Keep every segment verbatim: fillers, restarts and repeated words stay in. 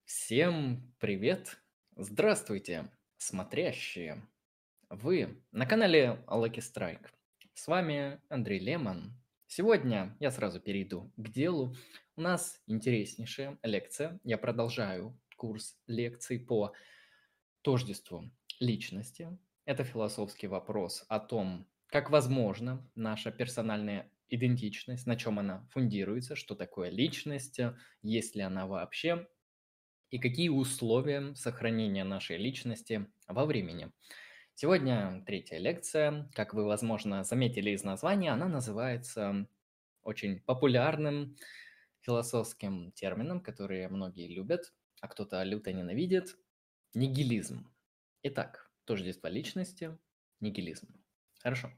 Всем привет! Здравствуйте, смотрящие! Вы на канале Lucky Strike. С вами Андрей Лемон. Сегодня я сразу перейду к делу. У нас интереснейшая лекция. Я продолжаю курс лекций по тождеству личности. Это философский вопрос о том, как возможно наша персональная идентичность, на чем она фундируется, что такое личность, есть ли она вообще, и какие условия сохранения нашей личности во времени. Сегодня третья лекция. Как вы, возможно, заметили из названия, она называется очень популярным философским термином, который многие любят, а кто-то люто ненавидит– нигилизм. Итак, тождество личности, нигилизм. Хорошо.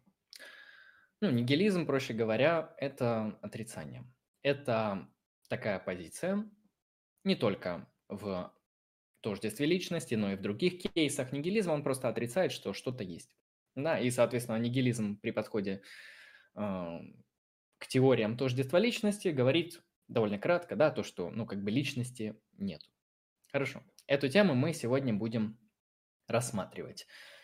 Ну, нигилизм, проще говоря, это отрицание. Это такая позиция не только в тождестве личности, но и в других кейсах. Нигилизм, он просто отрицает, что что-то есть. Да, и, соответственно, нигилизм при подходе э, к теориям тождества личности говорит довольно кратко, да, то, что, ну, как бы личности нет. Хорошо. Эту тему мы сегодня будем рассматривать.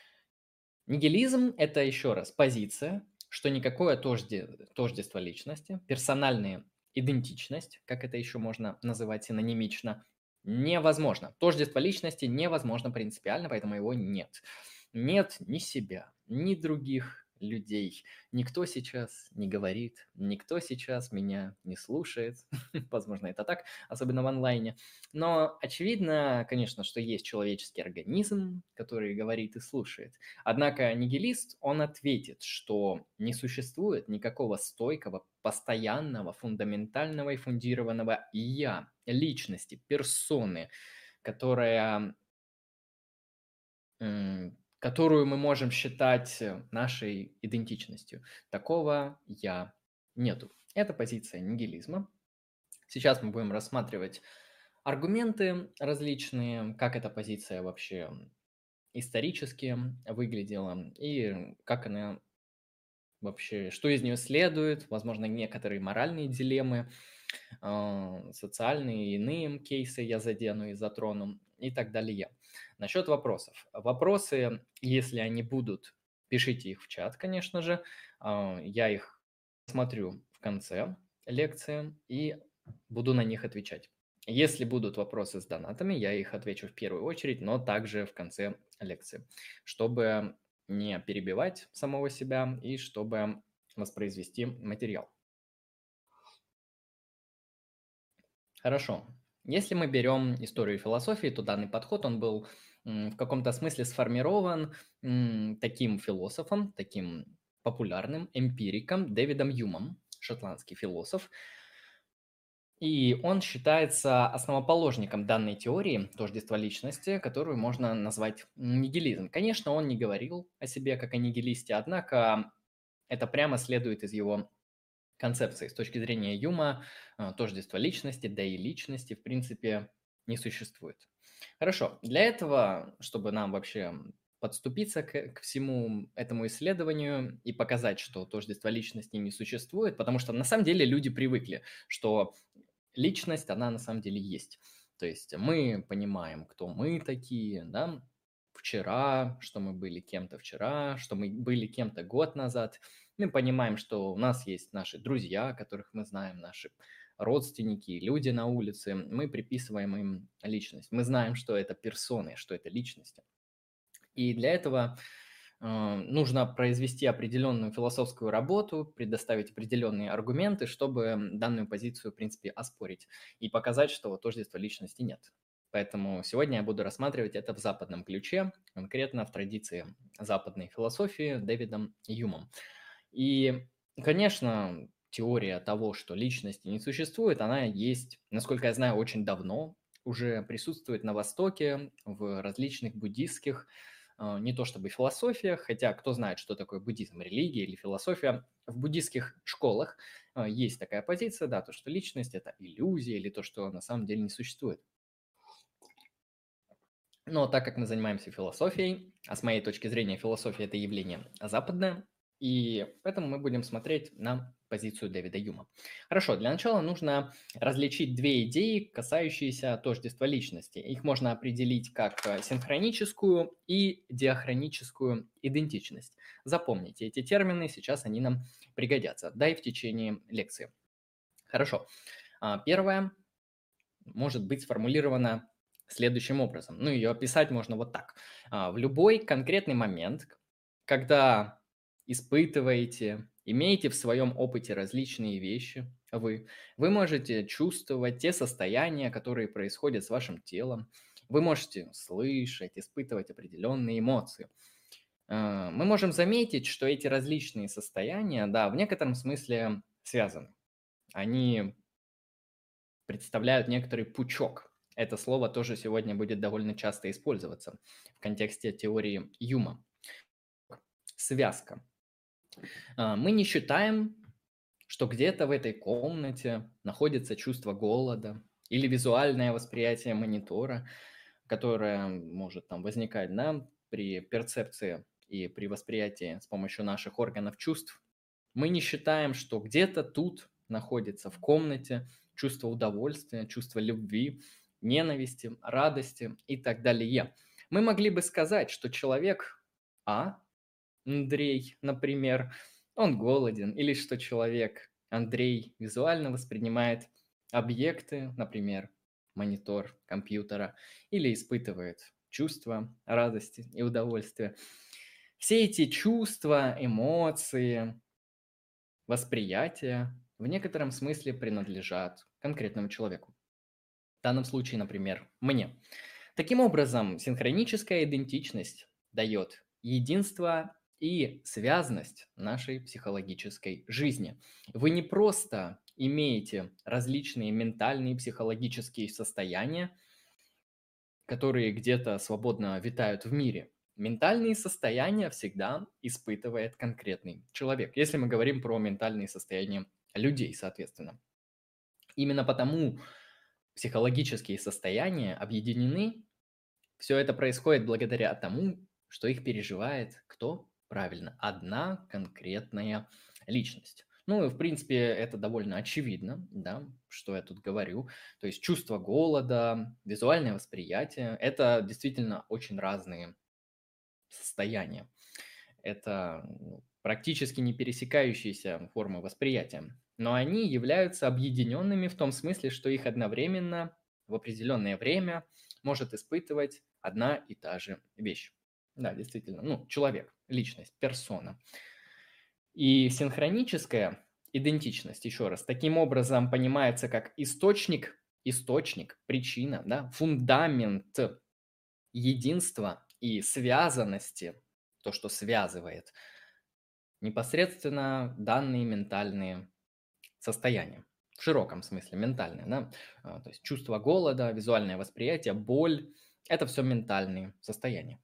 Нигилизм– это, еще раз, позиция, что никакое тожде, тождество личности, персональная идентичность, как это еще можно называть синонимично, невозможно. Тождество личности невозможно принципиально, поэтому его нет. Нет ни себя, ни других людей. Никто сейчас не говорит, никто сейчас меня не слушает. Возможно, это так, особенно в онлайне. Но очевидно, конечно, что есть человеческий организм, который говорит и слушает. Однако нигилист, он ответит, что не существует никакого стойкого, постоянного, фундаментального и фундированного «я», личности, персоны, которая, м, которую мы можем считать э, нашей идентичностью. Такого «я» нету. Это позиция нигилизма. Сейчас мы будем рассматривать аргументы различные, как эта позиция вообще исторически выглядела и как она вообще, что из нее следует, возможно, некоторые моральные дилеммы, а, социальные и иные кейсы я задену и затрону и так далее. Насчет вопросов. Вопросы, если они будут, пишите их в чат, конечно же. А, Я их смотрю в конце лекции и буду на них отвечать. Если будут вопросы с донатами, я их отвечу в первую очередь, но также в конце лекции, чтобы не перебивать самого себя и чтобы воспроизвести материал. Хорошо. Если мы берем историю философии, то данный подход, он был м, в каком-то смысле сформирован м, таким философом, таким популярным эмпириком Дэвидом Юмом, шотландский философ. И он считается основоположником данной теории тождества личности, которую можно назвать нигилизм. Конечно, он не говорил о себе как о нигилисте, однако это прямо следует из его концепции. С точки зрения Юма, э, тождество личности, да и личности, в принципе, не существует. Хорошо, для этого, чтобы нам вообще подступиться к, к всему этому исследованию и показать, что тождество личности не существует, потому что на самом деле люди привыкли, что личность, она на самом деле есть. То есть мы понимаем, кто мы такие, да, вчера, что мы были кем-то вчера, что мы были кем-то год назад. Мы понимаем, что у нас есть наши друзья, которых мы знаем, наши родственники, люди на улице. Мы приписываем им личность. Мы знаем, что это персоны, что это личности. И для этого э, нужно произвести определенную философскую работу, предоставить определенные аргументы, чтобы данную позицию, в принципе, оспорить и показать, что тождества личности нет. Поэтому сегодня я буду рассматривать это в западном ключе, конкретно в традиции западной философии Дэвидом Юмом. И, конечно, теория того, что личности не существует, она есть, насколько я знаю, очень давно, уже присутствует на Востоке, в различных буддистских, э, не то чтобы философиях, хотя кто знает, что такое буддизм, религия или философия, в буддистских школах э, есть такая позиция, да, то, что личность– это иллюзия или то, что на самом деле не существует. Но так как мы занимаемся философией, а с моей точки зрения философия– это явление западное, И поэтому мы будем смотреть на позицию Дэвида Юма. Хорошо, для начала нужно различить две идеи, касающиеся тождества личности. Их можно определить как э, синхроническую и диахроническую идентичность. Запомните эти термины, сейчас они нам пригодятся, да и в течение лекции. Хорошо. А, Первое может быть сформулировано следующим образом. Ну, ее описать можно вот так. А, В любой конкретный момент, когда испытываете, имеете в своем опыте различные вещи, вы, вы можете чувствовать те состояния, которые происходят с вашим телом, вы можете слышать, испытывать определенные эмоции. А, Мы можем заметить, что эти различные состояния, да, в некотором смысле связаны. Они представляют некоторый пучок. Это слово тоже сегодня будет довольно часто использоваться в контексте теории Юма. Связка. А, Мы не считаем, что где-то в этой комнате находится чувство голода или визуальное восприятие монитора, которое может там возникать да, при перцепции и при восприятии с помощью наших органов чувств. Мы не считаем, что где-то тут находится в комнате чувство удовольствия, чувство любви, ненависти, радости и так далее. Мы могли бы сказать, что человек А, Андрей, например, он голоден, или что человек Андрей визуально воспринимает объекты, например, монитор компьютера, или испытывает чувство радости и удовольствия. Все эти чувства, эмоции, восприятия в некотором смысле принадлежат конкретному человеку. В данном случае, например, мне. Таким образом, синхроническая идентичность дает единство и связность нашей психологической жизни. Вы не просто имеете различные ментальные и психологические состояния, которые где-то свободно витают в мире. Ментальные состояния всегда испытывает конкретный человек, если мы говорим про ментальные состояния людей, соответственно. Именно потому психологические состояния объединены. Все это происходит благодаря тому, что их переживает кто? Правильно, одна конкретная личность. Ну и, в принципе, это довольно очевидно, да, что я тут говорю. То есть чувство голода, визуальное восприятие– это действительно очень разные состояния. Это ну, практически не пересекающиеся формы восприятия. Но они являются объединенными в том смысле, что их одновременно в определенное время может испытывать одна и та же вещь. Да, действительно. Ну, человек, личность, персона. И синхроническая идентичность, еще раз, таким образом понимается как источник, источник, причина, да, фундамент единства и связанности, то, что связывает непосредственно данные ментальные состояния. В широком смысле ментальные, да? А, То есть чувство голода, визуальное восприятие, боль– это все ментальные состояния.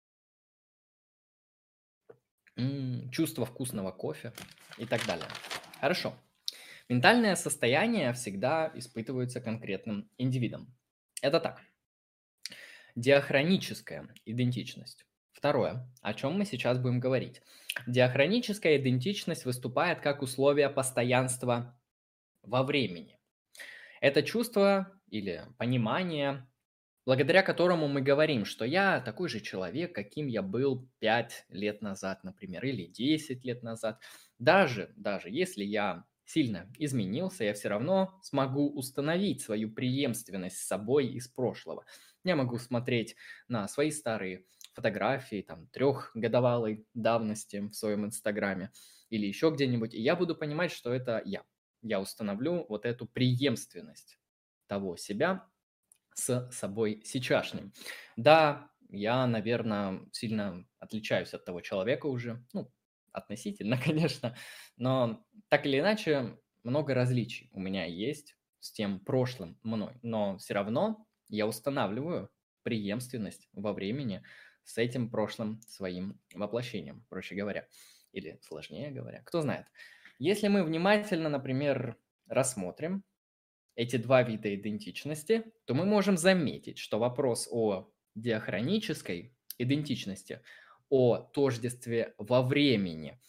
М, Чувство вкусного кофе и так далее. Хорошо. Ментальное состояние всегда испытывается конкретным индивидом. Это так. Диахроническая идентичность. Второе, о чем мы сейчас будем говорить. Диахроническая идентичность выступает как условие постоянства во времени. Это чувство или понимание, благодаря которому мы говорим, что я такой же человек, каким я был пять лет назад, например, или десять лет назад. Даже, даже если я сильно изменился, я все равно смогу установить свою преемственность с собой из прошлого. Я могу смотреть на свои старые фотографии, там, трехгодовалой давности в своем инстаграме или еще где-нибудь, и я буду понимать, что это я. Я установлю вот эту преемственность того себя с собой сейчасшним. Да, я, наверное, сильно отличаюсь от того человека уже, ну, относительно, конечно, но так или иначе много различий у меня есть с тем прошлым мной, но все равно я устанавливаю преемственность во времени с этим прошлым своим воплощением, проще говоря, или сложнее говоря, кто знает. Если мы внимательно, например, рассмотрим эти два вида идентичности, то мы можем заметить, что вопрос о диахронической идентичности, о тождестве во времени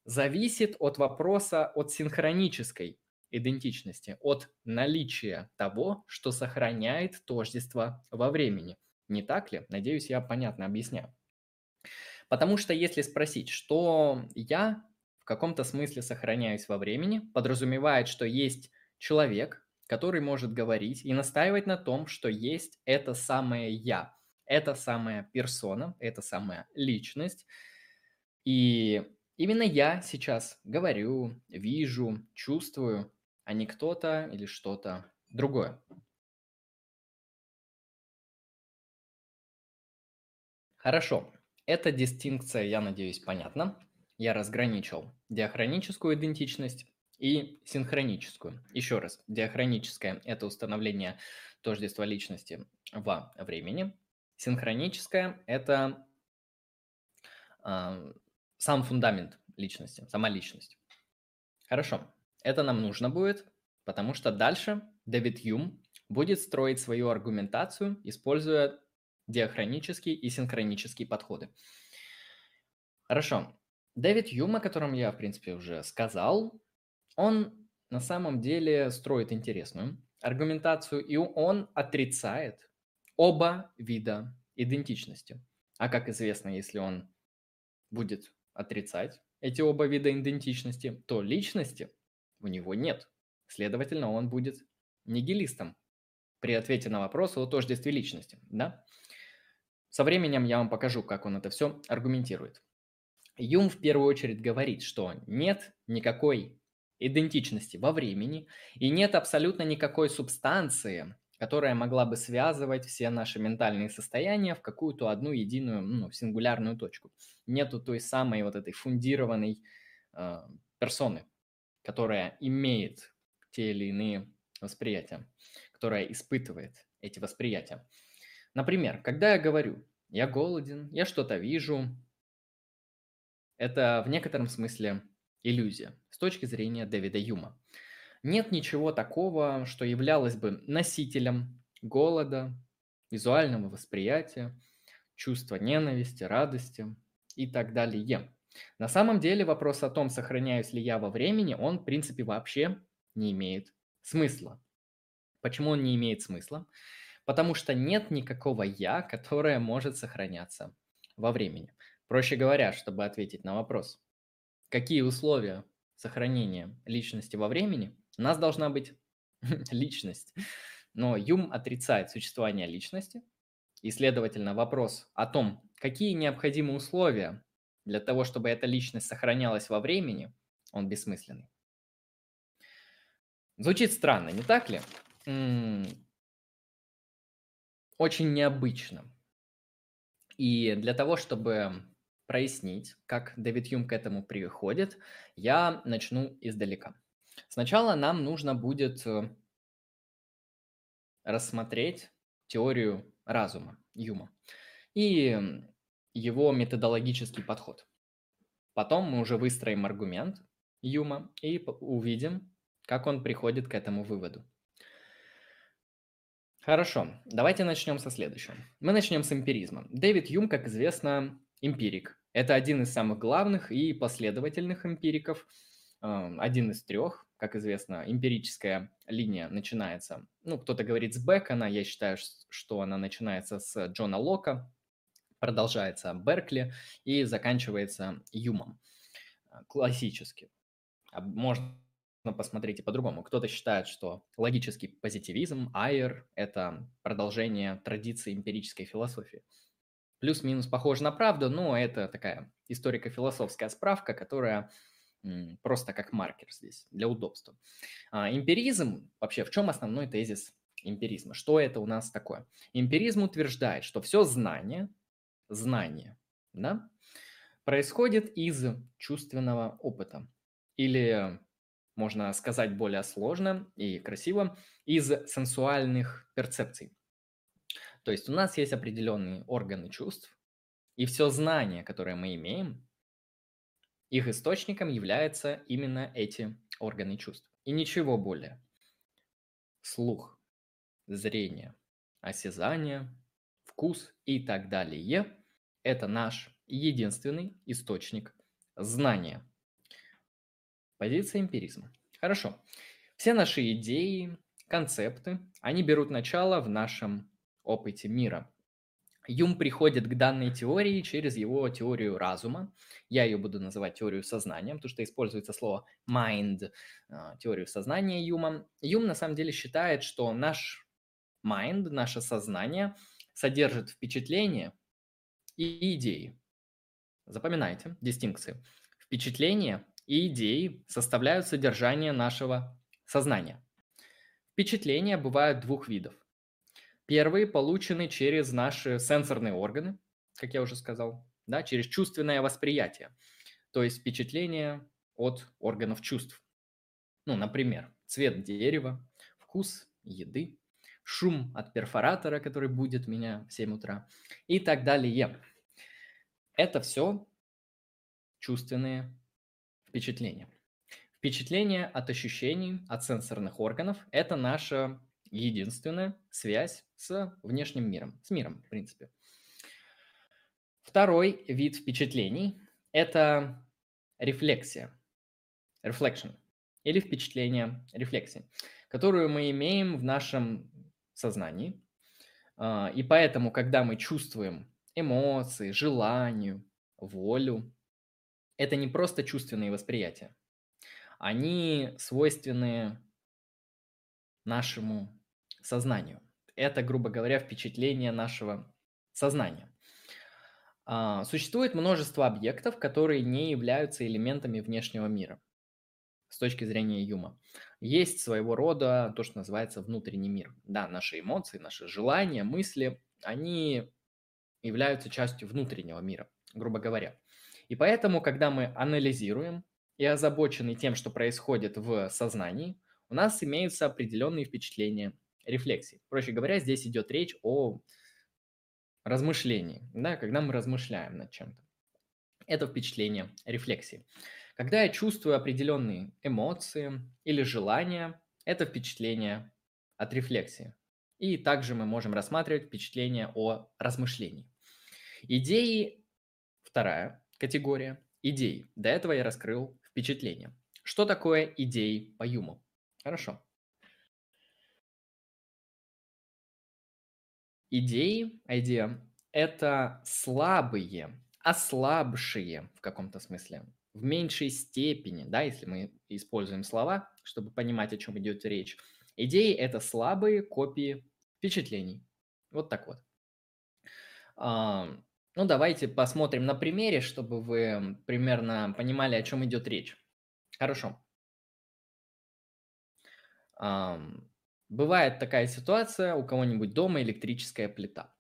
зависит от вопроса от синхронической идентичности, от наличия того, что сохраняет тождество во времени. Не так ли? Надеюсь, я понятно объясняю. Потому что если спросить, что я в каком-то смысле сохраняюсь во времени, подразумевает, что есть человек, который может говорить и настаивать на том, что есть это самое я, это самая персона, это самая личность. И именно я сейчас говорю, вижу, чувствую, а не кто-то или что-то другое. Хорошо. Эта дистинкция, я надеюсь, понятна. Я разграничил диахроническую идентичность и синхроническую. Еще раз, диахроническое– это установление тождества личности во времени. Синхроническое– это а, сам фундамент личности, сама личность. Хорошо. Это нам нужно будет, потому что дальше Дэвид Юм будет строить свою аргументацию, используя диахронический и синхронические подходы. Хорошо. Дэвид Юм, о котором я, в принципе, уже сказал, он на самом деле строит интересную аргументацию, и он отрицает оба вида идентичности. А как известно, если он будет отрицать эти оба вида идентичности, то личности у него нет. Следовательно, он будет нигилистом при ответе на вопрос о тождестве личности. Да? Со временем я вам покажу, как он это все аргументирует. Юм в первую очередь говорит, что нет никакой идентичности во времени и нет абсолютно никакой субстанции, которая могла бы связывать все наши ментальные состояния в какую-то одну единую, ну, сингулярную точку. Нету той самой вот этой фундированной э, персоны, которая имеет те или иные восприятия, которая испытывает эти восприятия. Например, когда я говорю, я голоден, я что-то вижу, это в некотором смысле иллюзия с точки зрения Дэвида Юма. Нет ничего такого, что являлось бы носителем голода, визуального восприятия, чувства ненависти, радости и так далее. На самом деле вопрос о том, сохраняюсь ли я во времени, он в принципе вообще не имеет смысла. Почему он не имеет смысла? Потому что нет никакого «я», которое может сохраняться во времени. Проще говоря, чтобы ответить на вопрос, какие условия сохранения личности во времени, у нас должна быть личность. Но Юм отрицает существование личности, и, следовательно, вопрос о том, какие необходимы условия для того, чтобы эта личность сохранялась во времени, он бессмысленный. Звучит странно, не так ли? М, Очень необычно. И для того, чтобы прояснить, как Дэвид Юм к этому приходит, я начну издалека. Сначала нам нужно будет э, рассмотреть теорию разума Юма и м, его методологический подход. Потом мы уже выстроим аргумент Юма и п- увидим, как он приходит к этому выводу. Хорошо, давайте начнем со следующего. Мы начнем с эмпиризма. Дэвид Юм, как известно, эмпирик. Это один из самых главных и последовательных эмпириков, э, один из трех. Как известно, эмпирическая линия начинается, ну, кто-то говорит с Бекона, я считаю, ш- что она начинается с Джона Лока, продолжается Беркли и заканчивается Юмом. э, Классически. А можно посмотреть и по-другому. Кто-то считает, что логический позитивизм, Айер– это продолжение традиции эмпирической философии. Плюс-минус похоже на правду, но это такая историко-философская справка, которая м, просто как маркер здесь для удобства. А, эмпиризм, вообще в чем основной тезис эмпиризма? Что это у нас такое? Эмпиризм утверждает, что все знание, знание, да, происходит из чувственного опыта. Или, можно сказать более сложно и красиво, из сенсуальных перцепций. То есть у нас есть определенные органы чувств, и все знание, которое мы имеем, их источником являются именно эти органы чувств. И ничего более. Слух, зрение, осязание, вкус и так далее– это наш единственный источник знания. Позиция эмпиризма. Хорошо. Все наши идеи, концепты, они берут начало в нашем опыте мира. Юм приходит к данной теории через его теорию разума. Я ее буду называть теорию сознания, потому что используется слово mind, а, теорию сознания Юма. Юм на самом деле считает, что наш mind, наше сознание содержит впечатления и идеи. Запоминайте дистинкции. Впечатления и идеи составляют содержание нашего сознания. Впечатления бывают двух видов. Первые получены через наши сенсорные органы, как я уже сказал, да, через чувственное восприятие, то есть впечатление от органов чувств. Ну, например, цвет дерева, вкус еды, шум от перфоратора, который будет меня в семь утра и так далее. Это все чувственные впечатления. Впечатление от ощущений, от сенсорных органов– это наша единственная связь с внешним миром, с миром, в принципе. Второй вид впечатлений– это рефлексия, reflection, или впечатление рефлексии, которую мы имеем в нашем сознании. А, И поэтому, когда мы чувствуем эмоции, желание, волю, это не просто чувственные восприятия. Они свойственны нашему сознанию. Это, грубо говоря, впечатление нашего сознания. А, Существует множество объектов, которые не являются элементами внешнего мира с точки зрения Юма. Есть своего рода то, что называется внутренний мир. Да, наши эмоции, наши желания, мысли, они являются частью внутреннего мира, грубо говоря. И поэтому, когда мы анализируем и озабочены тем, что происходит в сознании, у нас имеются определенные впечатления, рефлексии. Проще говоря, здесь идет речь о размышлении, да, когда мы размышляем над чем-то. Это впечатление рефлексии. Когда я чувствую определенные эмоции или желания, это впечатление от рефлексии. И также мы можем рассматривать впечатление о размышлении. Идеи, вторая категория, идеи. До этого я раскрыл впечатление. Что такое идеи по Юму? Хорошо. Идеи, idea, это слабые, ослабшие в каком-то смысле, в меньшей степени, да, если мы используем слова, чтобы понимать, о чем идет речь. Идеи– это слабые копии впечатлений. Вот так вот. А, Ну, давайте посмотрим на примере, чтобы вы примерно понимали, о чем идет речь. Хорошо. Ам, Бывает такая ситуация, у кого-нибудь дома электрическая плита.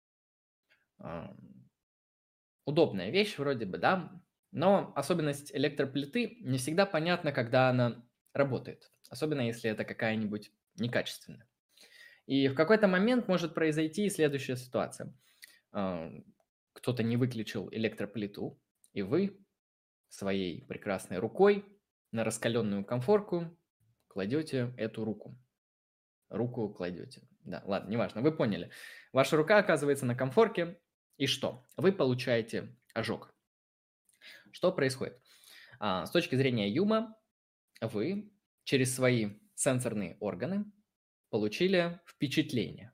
Ам, Удобная вещь вроде бы, да, но особенность электроплиты не всегда понятна, когда она работает, особенно если это какая-нибудь некачественная. И в какой-то момент может произойти следующая ситуация. Ам, Кто-то не выключил электроплиту, и вы своей прекрасной рукой на раскаленную конфорку кладете эту руку. Руку кладете. Да, ладно, неважно, вы поняли. Ваша рука оказывается на конфорке, и что? Вы получаете ожог. Что происходит? А, с точки зрения Юма, вы через свои сенсорные органы получили впечатление.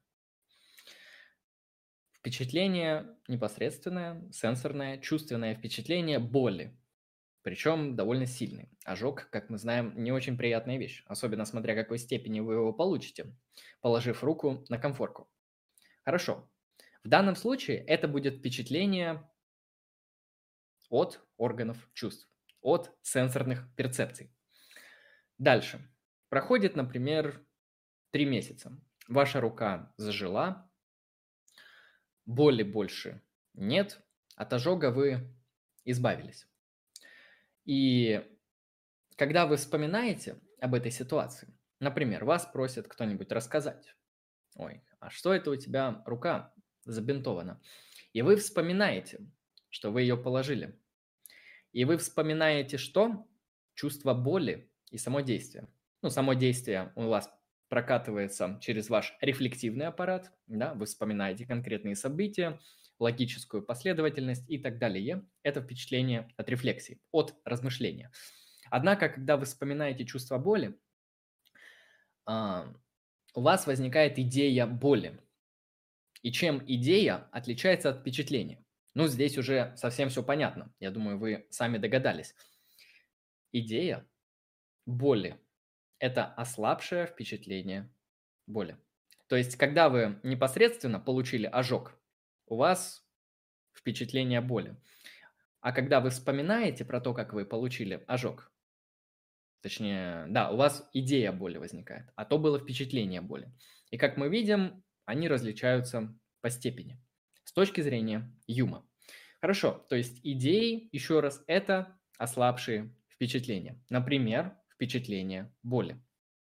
Впечатление непосредственное, сенсорное, чувственное впечатление боли. Причем довольно сильный. Ожог, как мы знаем, не очень приятная вещь, особенно смотря какой степени вы его получите, положив руку на конфорку. Хорошо. В данном случае это будет впечатление от органов чувств, от сенсорных перцепций. Дальше. Проходит, например, три месяца. Ваша рука зажила, боли больше нет, от ожога вы избавились. И когда вы вспоминаете об этой ситуации, например, вас просит кто-нибудь рассказать, ой, а что это у тебя рука забинтована? И вы вспоминаете, что вы ее положили. И вы вспоминаете что? Чувство боли и само действие. Ну, само действие у вас прокатывается через ваш рефлективный аппарат, да, вы вспоминаете конкретные события, логическую последовательность и так далее. Это впечатление от рефлексии, от размышления. Однако, когда вы вспоминаете чувство боли, а, у вас возникает идея боли. И чем идея отличается от впечатления? Ну, здесь уже совсем все понятно. Я думаю, вы сами догадались. Идея боли– это ослабшее впечатление боли. То есть, когда вы непосредственно получили ожог, у вас впечатление боли. А когда вы вспоминаете про то, как вы получили ожог, точнее, да, у вас идея боли возникает, а то было впечатление боли. И как мы видим, они различаются по степени с точки зрения юма. Хорошо, то есть идеи, еще раз, это ослабшие впечатления. Например, впечатление боли.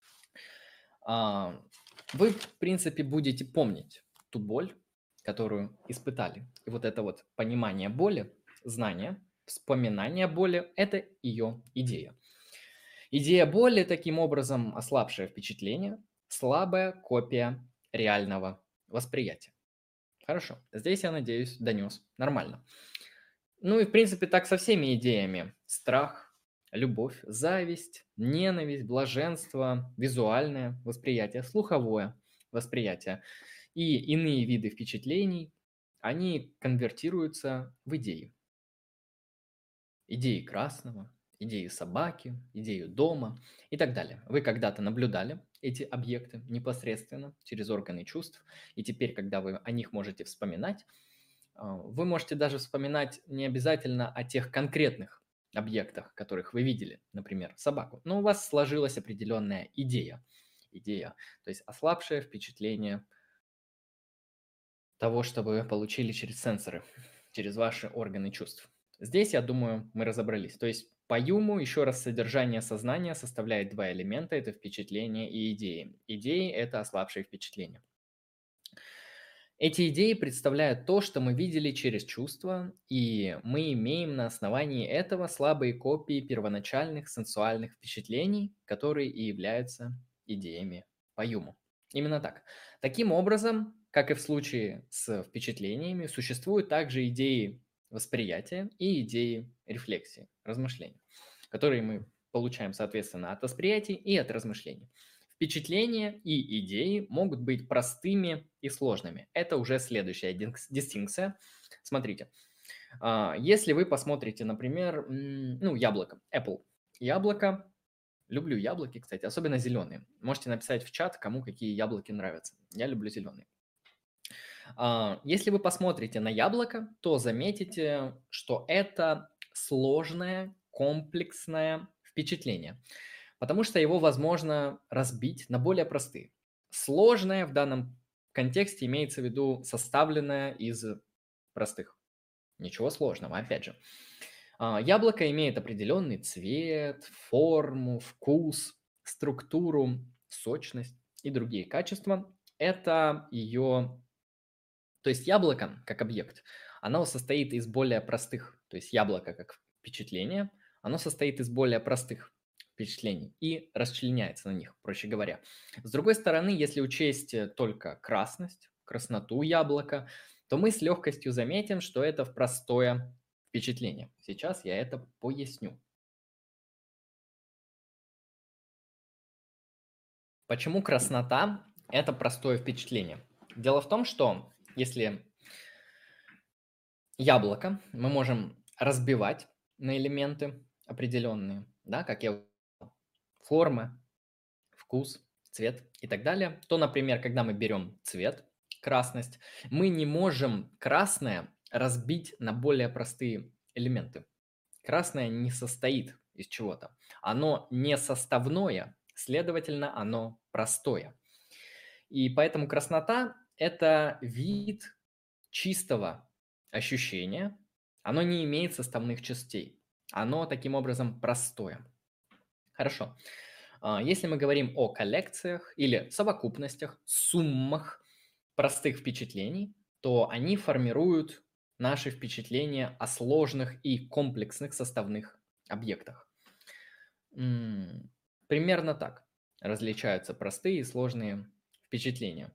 А, Вы, в принципе, будете помнить ту боль, которую испытали. И вот это вот понимание боли, знание, вспоминание боли– это ее идея. Идея боли, таким образом, ослабшее впечатление, слабая копия реального восприятия. Хорошо, здесь, я надеюсь, донес нормально. Ну и, в принципе, так со всеми идеями. Страх, любовь, зависть, ненависть, блаженство, визуальное восприятие, слуховое восприятие и иные виды впечатлений, они конвертируются в идеи. Идеи красного, идеи собаки, идею дома и так далее. Вы когда-то наблюдали эти объекты непосредственно через органы чувств, и теперь, когда вы о них можете вспоминать, а, вы можете даже вспоминать не обязательно о тех конкретных объектах, которых вы видели, например, собаку, но у вас сложилась определенная идея. Идея, то есть ослабшее впечатление того, что вы получили через сенсоры, через ваши органы чувств. Здесь, я думаю, мы разобрались. То есть по Юму, еще раз, содержание сознания составляет два элемента– это впечатление и идеи. Идеи– это ослабшие впечатления. Эти идеи представляют то, что мы видели через чувства, и мы имеем на основании этого слабые копии первоначальных сенсуальных впечатлений, которые и являются идеями по Юму. Именно так. Таким образом, как и в случае с впечатлениями, существуют также идеи восприятия и идеи рефлексии, размышления, которые мы получаем, соответственно, от восприятий и от размышлений. Впечатления и идеи могут быть простыми и сложными. Это уже следующая динк- дистинкция. Смотрите, а, если вы посмотрите, например, м, ну, яблоко, Apple. Яблоко, люблю яблоки, кстати, особенно зеленые. Можете написать в чат, кому какие яблоки нравятся. Я люблю зеленые. А, Если вы посмотрите на яблоко, то заметите, что это сложное, комплексное впечатление. Потому что его возможно разбить на более простые. Сложное в данном контексте имеется в виду составленное из простых. Ничего сложного, опять же. А, Яблоко имеет определенный цвет, форму, вкус, структуру, сочность и другие качества. Это ее... То есть яблоко как объект, оно состоит из более простых, то есть яблоко как впечатление, оно состоит из более простых впечатлений и расчленяется на них, проще говоря. С другой стороны, если учесть э, только красность, красноту яблока, то мы с легкостью заметим, что это в простое впечатление. Сейчас я это поясню. Почему краснота– это простое впечатление? Дело в том, что если яблоко мы можем разбивать на элементы определенные, да, как я сказал, форма, вкус, цвет и так далее, то, например, когда мы берем цвет, красность, мы не можем красное разбить на более простые элементы. Красное не состоит из чего-то. Оно не составное, следовательно, оно простое. И поэтому краснота– это вид чистого ощущения, оно не имеет составных частей. Оно таким образом простое. Хорошо. А, Если мы говорим о коллекциях или совокупностях, суммах простых впечатлений, то они формируют наши впечатления о сложных и комплексных составных объектах. М, Примерно так различаются простые и сложные впечатления.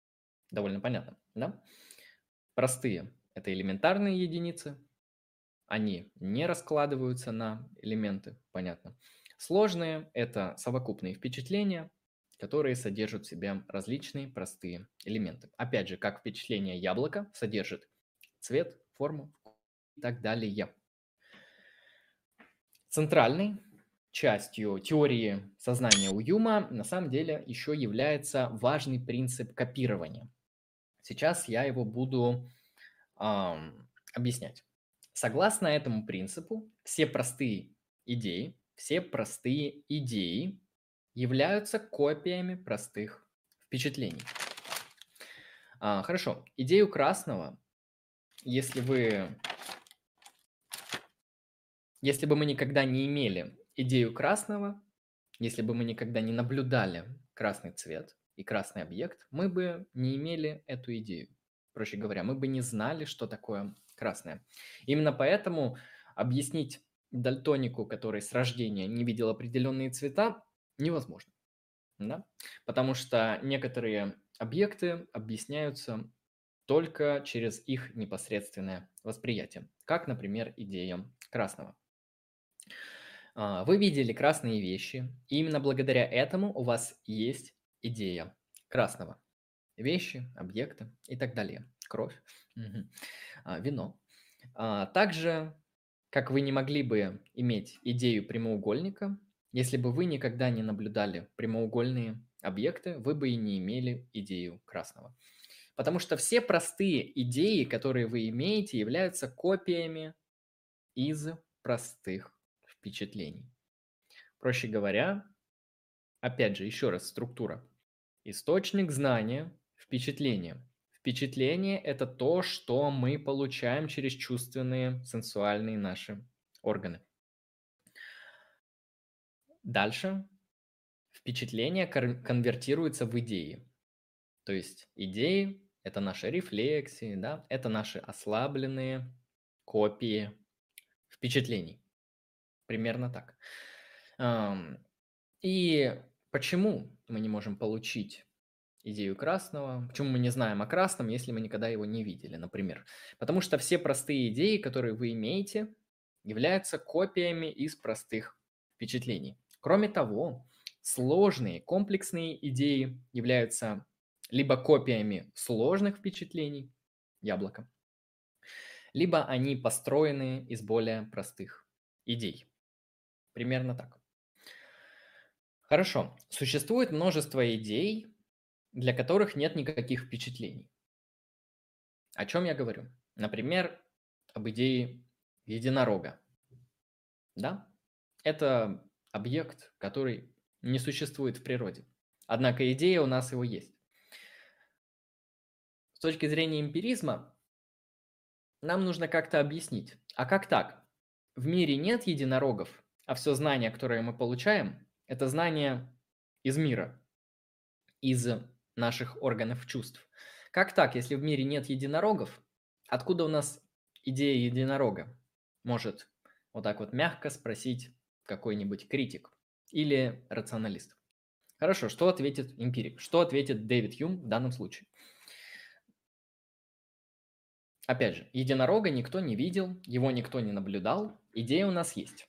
Довольно понятно, да? Простые– это элементарные единицы, они не раскладываются на элементы, понятно. Сложные– это совокупные впечатления, которые содержат в себе различные простые элементы. Опять же, как впечатление яблока содержит цвет, форму и так далее. Центральной частью теории сознания у Юма на самом деле еще является важный принцип копирования. Сейчас я его буду ам, объяснять. Согласно этому принципу, все простые идеи, все простые идеи являются копиями простых впечатлений. А, хорошо, идею красного, если вы, если бы мы никогда не имели идею красного, если бы мы никогда не наблюдали красный цвет и красный объект, мы бы не имели эту идею. Проще говоря, мы бы не знали, что такое красное. Именно поэтому объяснить дальтонику, который с рождения не видел определенные цвета, невозможно. Да? Потому что некоторые объекты объясняются только через их непосредственное восприятие, как, например, идея красного. А, Вы видели красные вещи, и именно благодаря этому у вас есть идея красного. Вещи, объекты и так далее. Кровь, мгм, а, вино. А, Также, как вы не могли бы иметь идею прямоугольника, если бы вы никогда не наблюдали прямоугольные объекты, вы бы и не имели идею красного. Потому что все простые идеи, которые вы имеете, являются копиями из простых впечатлений. Проще говоря, опять же, еще раз структура. Источник знания– впечатление. Впечатление– это то, что мы получаем через чувственные, сенсуальные наши органы. Дальше впечатление кон- конвертируется в идеи. То есть идеи– это наши рефлексии, да? Это наши ослабленные копии впечатлений. Примерно так. Ам, И почему мы не можем получить идею красного? Почему мы не знаем о красном, если мы никогда его не видели, например? Потому что все простые идеи, которые вы имеете, являются копиями из простых впечатлений. Кроме того, сложные, комплексные идеи являются либо копиями сложных впечатлений, яблоко, либо они построены из более простых идей. Примерно так. Хорошо. Существует множество идей, для которых нет никаких впечатлений. О чем я говорю? Например, об идее единорога. Да? Это объект, который не существует в природе. Однако идея у нас его есть. С точки зрения эмпиризма, нам нужно как-то объяснить. А как так? В мире нет единорогов, а все знание, которое мы получаем, это знание из мира, из наших органов чувств. Как так, если в мире нет единорогов, откуда у нас идея единорога? Может вот так вот мягко спросить какой-нибудь критик или рационалист. Хорошо, что ответит эмпирик? Что ответит Дэвид Юм в данном случае? Опять же, единорога никто не видел, его никто не наблюдал, идея у нас есть.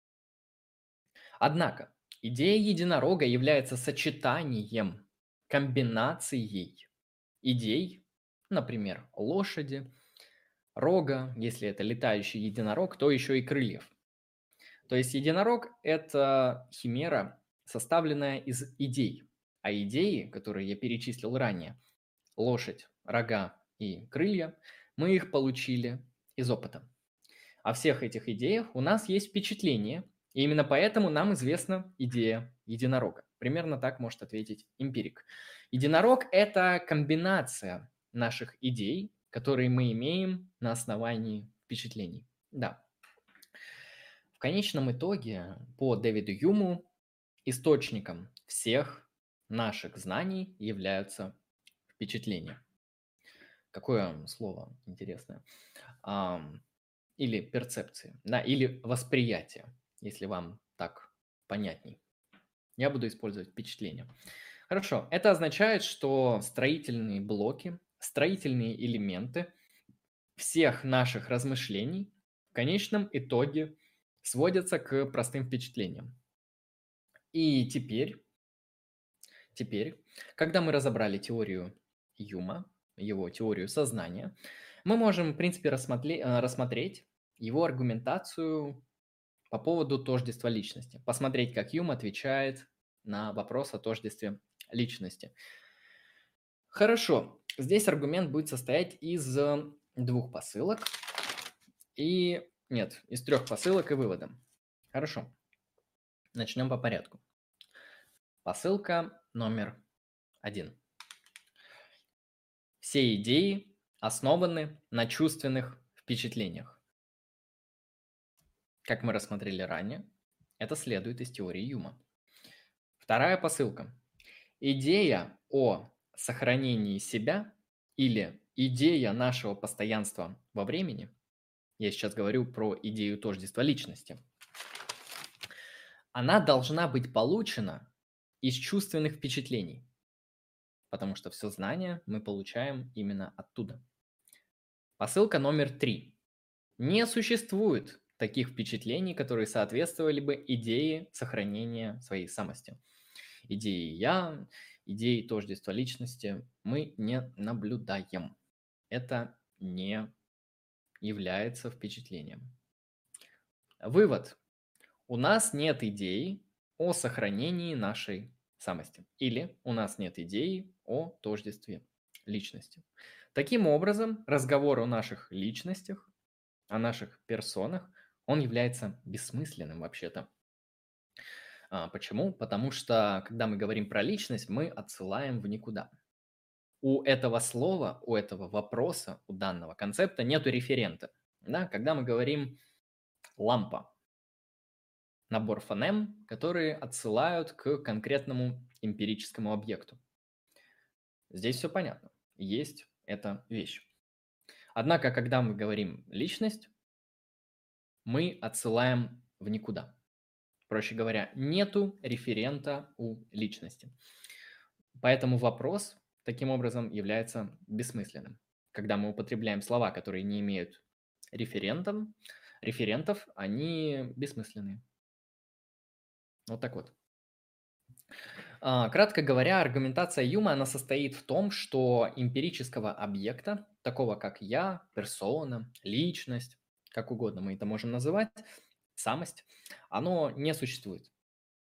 Однако, идея единорога является сочетанием, комбинацией идей, например, лошади, рога, если это летающий единорог, то еще и крыльев. То есть единорог– это химера, составленная из идей. А идеи, которые я перечислил ранее, лошадь, рога и крылья, мы их получили из опыта. О всех этих идеях у нас есть впечатление, и именно поэтому нам известна идея единорога. Примерно так может ответить эмпирик. Единорог– это комбинация наших идей, которые мы имеем на основании впечатлений. Да. В конечном итоге, по Дэвиду Юму, источником всех наших знаний являются впечатления. Какое слово интересное. Ам, Или перцепции, да, или восприятие, если вам так понятней. Я буду использовать впечатление. Хорошо, это означает, что строительные блоки, строительные элементы всех наших размышлений в конечном итоге сводятся к простым впечатлениям. И теперь, теперь, когда мы разобрали теорию Юма, его теорию сознания, мы можем, в принципе, рассмотре- э, рассмотреть его аргументацию по поводу тождества личности. Посмотреть, как Юм отвечает на вопрос о тождестве личности. Хорошо, здесь аргумент будет состоять из э, двух посылок и... Нет, из трех посылок и вывода. Хорошо, начнем по порядку. Посылка номер один. Все идеи основаны на чувственных впечатлениях. Как мы рассмотрели ранее, это следует из теории Юма. Вторая посылка. Идея о сохранении себя или идея нашего постоянства во времени, я сейчас говорю про идею тождества личности, она должна быть получена из чувственных впечатлений, потому что все знание мы получаем именно оттуда. Посылка номер три. Не существует таких впечатлений, которые соответствовали бы идее сохранения своей самости. Идеи «я», идеи тождества личности мы не наблюдаем. Это не является впечатлением. Вывод. У нас нет идеи о сохранении нашей самости. Или у нас нет идеи о тождестве личности. Таким образом, разговор о наших личностях, о наших персонах, он является бессмысленным вообще-то. А, почему? Потому что, когда мы говорим про личность, мы отсылаем в никуда. У этого слова, у этого вопроса, у данного концепта нету референта. Да? Когда мы говорим лампа, набор фонем, которые отсылают к конкретному эмпирическому объекту. Здесь все понятно. Есть эта вещь. Однако, когда мы говорим личность, мы отсылаем в никуда. Проще говоря, нету референта у личности. Поэтому вопрос таким образом является бессмысленным. Когда мы употребляем слова, которые не имеют референтов, референтов, они бессмысленные. Вот так вот. А, Кратко говоря, аргументация Юма, она состоит в том, что эмпирического объекта, такого как я, персона, личность, как угодно мы это можем называть, самость, оно не существует.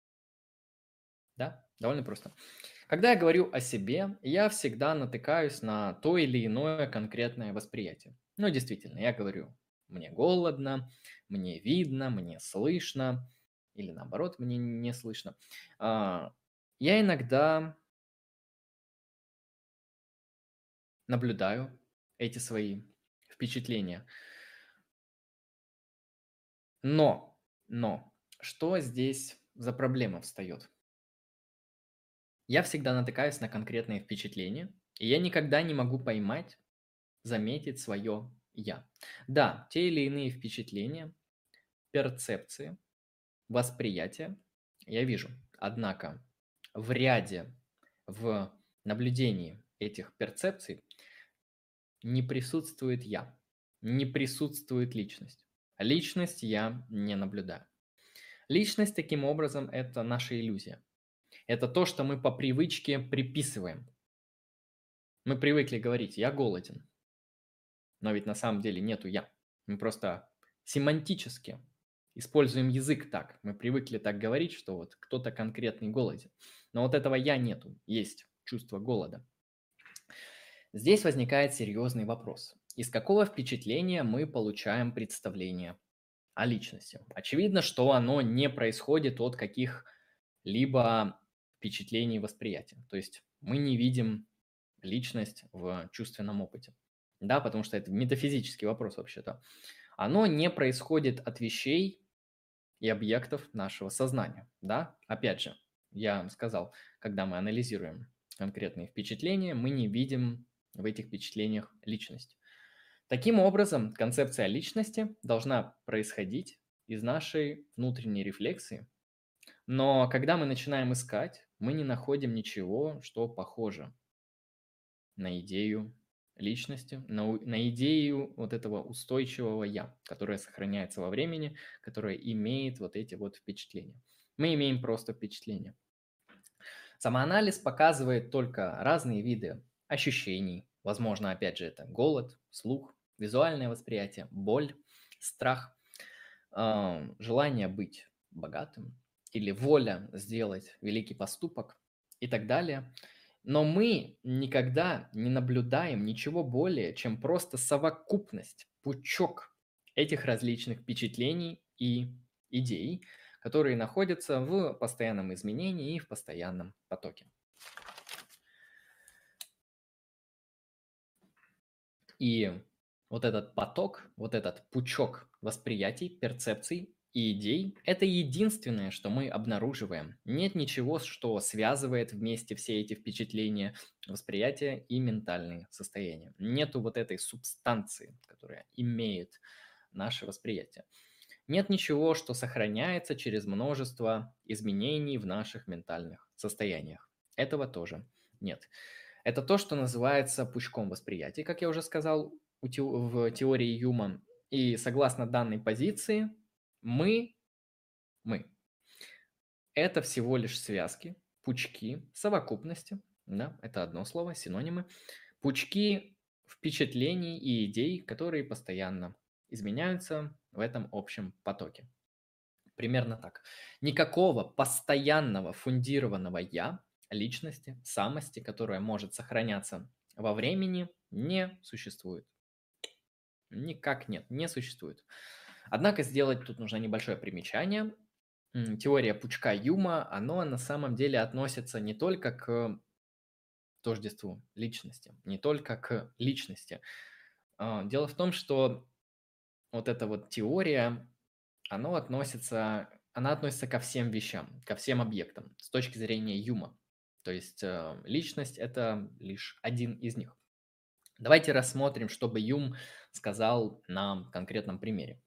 Да, довольно просто. Когда я говорю о себе, я всегда натыкаюсь на то или иное конкретное восприятие. Ну, действительно, я говорю, мне голодно, мне видно, мне слышно, или наоборот, мне не слышно. А, Я иногда наблюдаю эти свои впечатления. Но, но, что здесь за проблема встает? Я всегда натыкаюсь на конкретные впечатления, и я никогда не могу поймать, заметить свое «я». Да, те или иные впечатления, перцепции, восприятия я вижу. Однако в ряде, в наблюдении этих перцепций не присутствует «я», не присутствует личность. Личность я не наблюдаю. Личность, таким образом, это наша иллюзия. Это то, что мы по привычке приписываем. Мы привыкли говорить «я голоден», но ведь на самом деле нету «я». Мы просто семантически используем язык так. Мы привыкли так говорить, что вот кто-то конкретный голоден. Но вот этого «я» нету. Есть чувство голода. Здесь возникает серьезный вопрос. Из какого впечатления мы получаем представление о личности? Очевидно, что оно не происходит от каких-либо впечатлений восприятия. То есть мы не видим личность в чувственном опыте. Да, потому что это метафизический вопрос вообще-то. Оно не происходит от вещей и объектов нашего сознания. Да, опять же, я вам сказал, когда мы анализируем конкретные впечатления, мы не видим в этих впечатлениях личность. Таким образом, концепция личности должна происходить из нашей внутренней рефлексии. Но когда мы начинаем искать, мы не находим ничего, что похоже на идею личности, на, у- на идею вот этого устойчивого «я», которое сохраняется во времени, которое имеет вот эти вот впечатления. Мы имеем просто впечатления. Самоанализ показывает только разные виды ощущений. Возможно, опять же, это голод, слух, визуальное восприятие, боль, страх, ам, желание быть богатым или воля сделать великий поступок и так далее. Но мы никогда не наблюдаем ничего более, чем просто совокупность, пучок этих различных впечатлений и идей, которые находятся в постоянном изменении и в постоянном потоке. И вот этот поток, вот этот пучок восприятий, перцепций и идей– это единственное, что мы обнаруживаем. Нет ничего, что связывает вместе все эти впечатления, восприятия и ментальные состояния. Нету вот этой субстанции, которая имеет наше восприятие. Нет ничего, что сохраняется через множество изменений в наших ментальных состояниях. Этого тоже нет. Это то, что называется пучком восприятия, как я уже сказал у те- в теории Юма. И согласно данной позиции, мы, мы, это всего лишь связки, пучки, совокупности, да, это одно слово, синонимы, пучки впечатлений и идей, которые постоянно изменяются в этом общем потоке. Примерно так. Никакого постоянного фундированного «я», личности, самости, которая может сохраняться во времени, не существует. Никак нет, не существует. Однако сделать тут нужно небольшое примечание. М, Теория пучка Юма, оно на самом деле относится не только к тождеству личности, не только к личности. А, Дело в том, что вот эта вот теория, оно относится, она относится ко всем вещам, ко всем объектам с точки зрения Юма. То есть э, личность– это лишь один из них. Давайте рассмотрим, что бы Юм сказал на конкретном примере.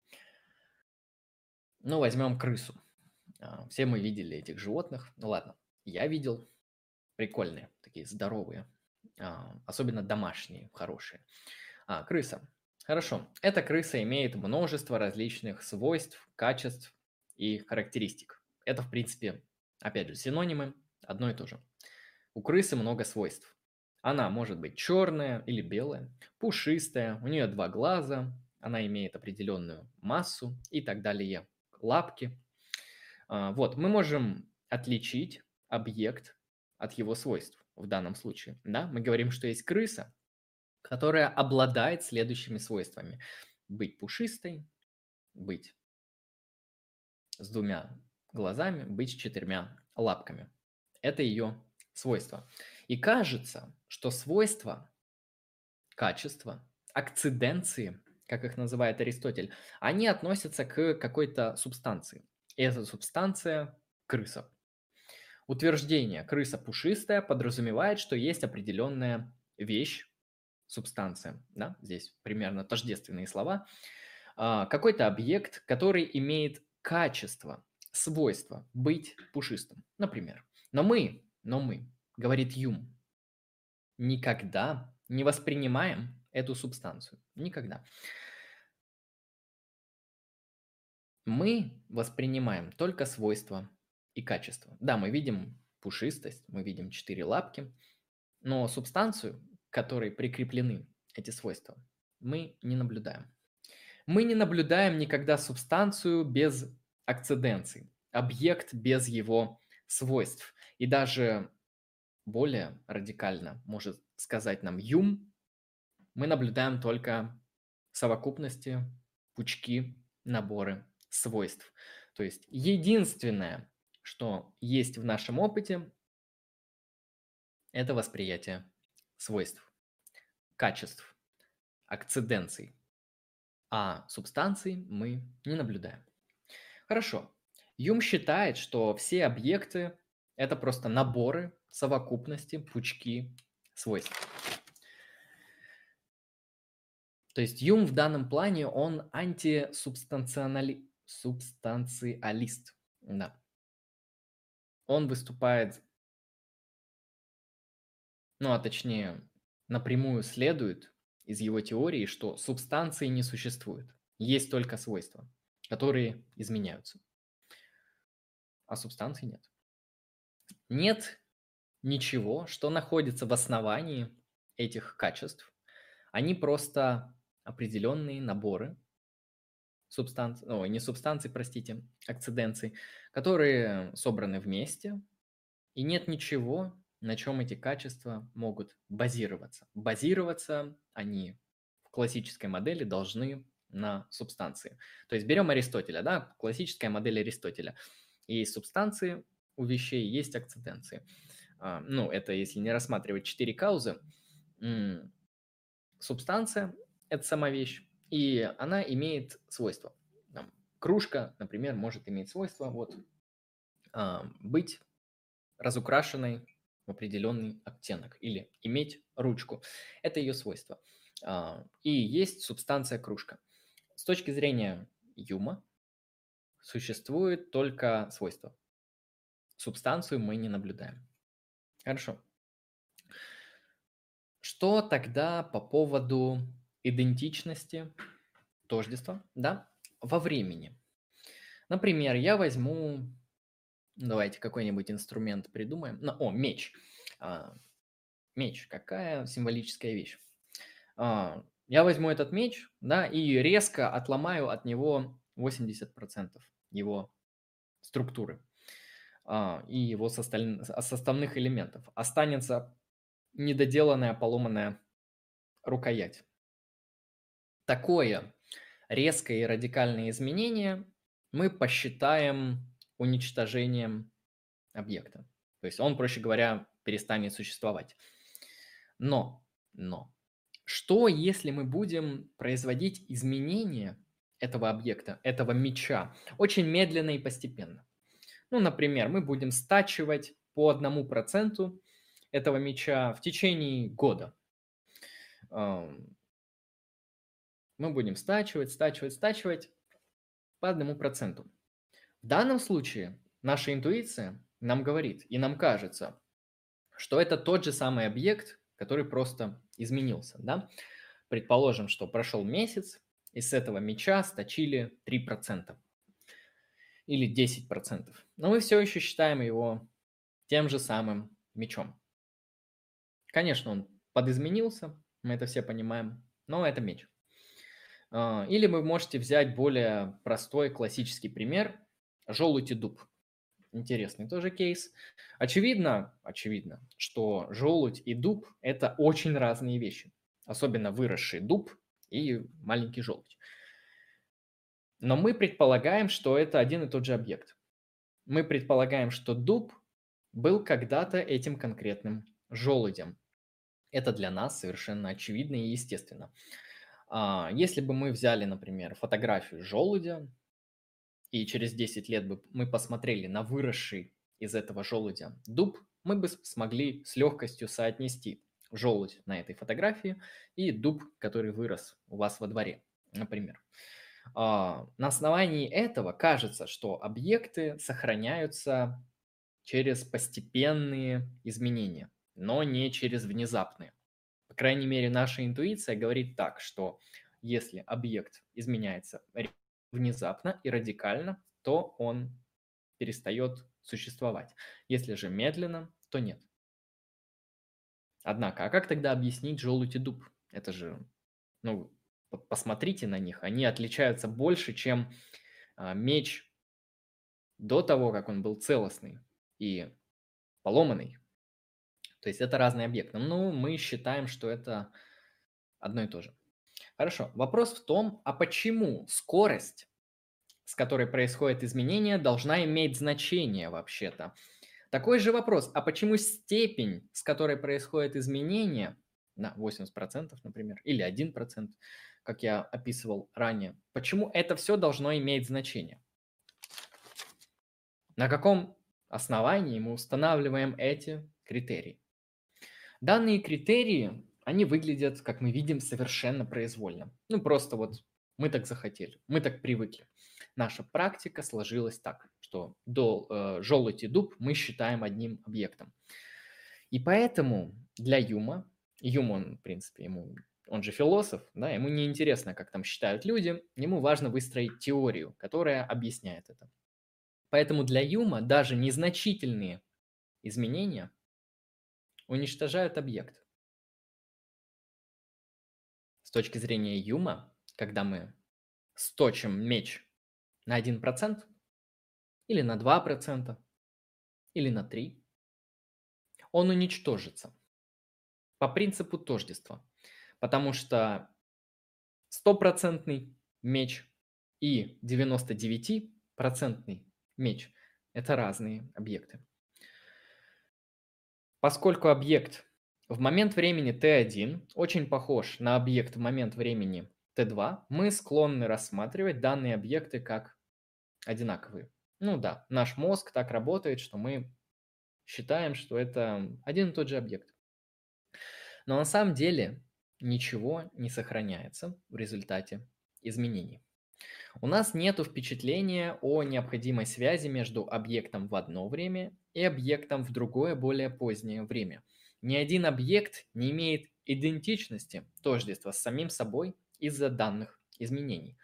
Ну, возьмем крысу. А, Все мы видели этих животных. Ну ладно, я видел. Прикольные, такие здоровые. А, Особенно домашние, хорошие. А, крыса. Хорошо. Эта крыса имеет множество различных свойств, качеств и характеристик. Это, в принципе, опять же, синонимы, одно и то же. У крысы много свойств. Она может быть черная или белая, пушистая, у нее два глаза, она имеет определенную массу и так далее. Лапки. А, Вот, мы можем отличить объект от его свойств в данном случае. Да? Мы говорим, что есть крыса, которая обладает следующими свойствами. Быть пушистой, быть с двумя глазами, быть с четырьмя лапками. Это ее свойства. И кажется, что свойства, качества, акциденции, как их называет Аристотель, они относятся к какой-то субстанции. И эта субстанция– крыса. Утверждение «крыса пушистая» подразумевает, что есть определенная вещь, субстанция, да, здесь примерно тождественные слова, а, какой-то объект, который имеет качество, свойство быть пушистым, например. Но мы, но мы, говорит Юм, никогда не воспринимаем эту субстанцию. Никогда. Мы воспринимаем только свойства и качества. Да, мы видим пушистость, мы видим четыре лапки, но субстанцию, к которой прикреплены эти свойства, мы не наблюдаем. Мы не наблюдаем никогда субстанцию без акциденций, объект без его свойств. И даже более радикально может сказать нам Юм, мы наблюдаем только совокупности, пучки, наборы свойств. То есть единственное, что есть в нашем опыте, это восприятие свойств, качеств, акциденций, а субстанций мы не наблюдаем. Хорошо. Юм считает, что все объекты– это просто наборы, совокупности, пучки свойств. То есть Юм в данном плане, он антисубстанционали... субстанциалист. Да. Он выступает, ну а точнее, напрямую следует из его теории, что субстанции не существует. Есть только свойства, которые изменяются, а субстанций нет. Нет ничего, что находится в основании этих качеств. Они просто определенные наборы субстанций, ой, не субстанций, простите, акциденций, которые собраны вместе, и нет ничего, на чем эти качества могут базироваться. Базироваться они в классической модели должны на субстанции. То есть берем Аристотеля, да, классическая модель Аристотеля. Есть субстанции у вещей, есть акциденции. А, ну, это если не рассматривать четыре каузы. М, Субстанция– это сама вещь, и она имеет свойства. Там, кружка, например, может иметь свойство вот, а, быть разукрашенной в определенный оттенок или иметь ручку. Это ее свойство. А, И есть субстанция кружка. С точки зрения Юма существует только свойство. Субстанцию мы не наблюдаем. Хорошо. Что тогда по поводу идентичности, тождества, да, во времени? Например, я возьму, давайте какой-нибудь инструмент придумаем. Ну, о, меч. А, Меч, какая символическая вещь. А, Я возьму этот меч, да, и резко отломаю от него восемьдесят процентов его структуры а, и его состаль- составных элементов. Останется недоделанная, поломанная рукоять. Такое резкое и радикальное изменение мы посчитаем уничтожением объекта. То есть он, проще говоря, перестанет существовать. Но, но, что если мы будем производить изменения этого объекта, этого мяча, очень медленно и постепенно? Ну, например, мы будем стачивать по одному проценту этого мяча в течение года. Ам, Мы будем стачивать, стачивать, стачивать по одному проценту. В данном случае наша интуиция нам говорит и нам кажется, что это тот же самый объект, который просто изменился, да? Предположим, что прошел месяц, и с этого мяча сточили три процента или десять процентов. Но мы все еще считаем его тем же самым мячом. Конечно, он подизменился, мы это все понимаем, но это мяч. А, Или вы можете взять более простой классический пример – желудь и дуб. Интересный тоже кейс. Очевидно, очевидно, что желудь и дуб– это очень разные вещи. Особенно выросший дуб и маленький желудь. Но мы предполагаем, что это один и тот же объект. Мы предполагаем, что дуб был когда-то этим конкретным желудем. Это для нас совершенно очевидно и естественно. А, Если бы мы взяли, например, фотографию желудя, и через десять лет бы мы посмотрели на выросший из этого желудя дуб, мы бы смогли с легкостью соотнести желудь на этой фотографии и дуб, который вырос у вас во дворе, например. А, На основании этого кажется, что объекты сохраняются через постепенные изменения, но не через внезапные. По крайней мере, наша интуиция говорит так, что если объект изменяется внезапно и радикально, то он перестает существовать. Если же медленно, то нет. Однако, а как тогда объяснить желудь и дуб? Это же, ну, посмотрите на них, они отличаются больше, чем а, меч до того, как он был целостный и поломанный. То есть это разные объекты. Ну, мы считаем, что это одно и то же. Хорошо. Вопрос в том, а почему скорость, с которой происходит изменение, должна иметь значение вообще-то? Такой же вопрос, а почему степень, с которой происходит изменение, на восемьдесят процентов, например, или один процент, как я описывал ранее, почему это все должно иметь значение? На каком основании мы устанавливаем эти критерии? Данные критерии, они выглядят, как мы видим, совершенно произвольно. Ну, просто вот мы так захотели, мы так привыкли. Наша практика сложилась так, что до э, желудь и дуб мы считаем одним объектом. И поэтому для Юма Юм, он, в принципе, ему, он же философ, да, ему не интересно, как там считают люди, ему важно выстроить теорию, которая объясняет это. Поэтому для Юма даже незначительные изменения уничтожают объект. С точки зрения Юма, когда мы сточим меч на один процент или на два процента или на три процента, он уничтожится по принципу тождества. Потому что стопроцентный меч и девяносто девять процентный меч – это разные объекты. Поскольку объект в момент времени тэ один очень похож на объект в момент времени тэ два, мы склонны рассматривать данные объекты как одинаковые. Ну да, наш мозг так работает, что мы считаем, что это один и тот же объект. Но на самом деле ничего не сохраняется в результате изменений. У нас нет впечатления о необходимой связи между объектом в одно время и объектом в другое, более позднее время. Ни один объект не имеет идентичности, тождества с самим собой из-за данных изменений.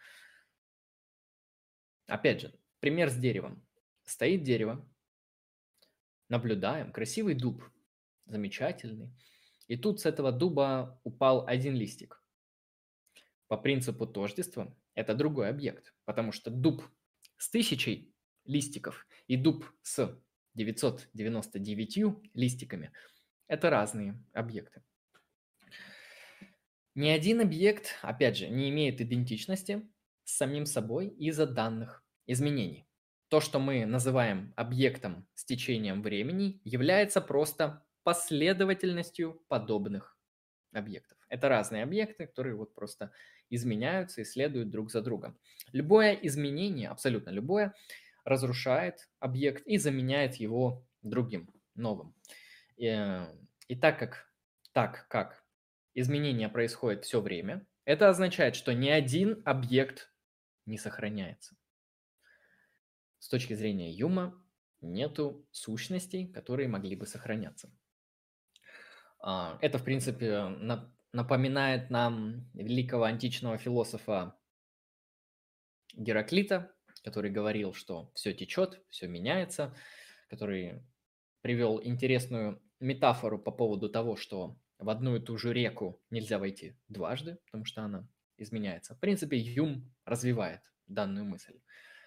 Опять же, пример с деревом. Стоит дерево, наблюдаем, красивый дуб, замечательный. И тут с этого дуба упал один листик. По принципу тождества это другой объект, потому что дуб с тысячей листиков и дуб с девятьсот девяносто девятью листиками – это разные объекты. Ни один объект, опять же, не имеет идентичности с самим собой из-за данных изменений. То, что мы называем объектом с течением времени, является просто последовательностью подобных объектов. Это разные объекты, которые вот просто изменяются и следуют друг за другом. Любое изменение, абсолютно любое, разрушает объект и заменяет его другим, новым. И, и так как так как изменения происходят все время, это означает, что ни один объект не сохраняется. С точки зрения Юма нету сущностей, которые могли бы сохраняться. А, Это, в принципе, на- напоминает нам великого античного философа Гераклита, который говорил, что все течет, все меняется, который привел интересную метафору по поводу того, что в одну и ту же реку нельзя войти дважды, потому что она изменяется. В принципе, Юм развивает данную мысль.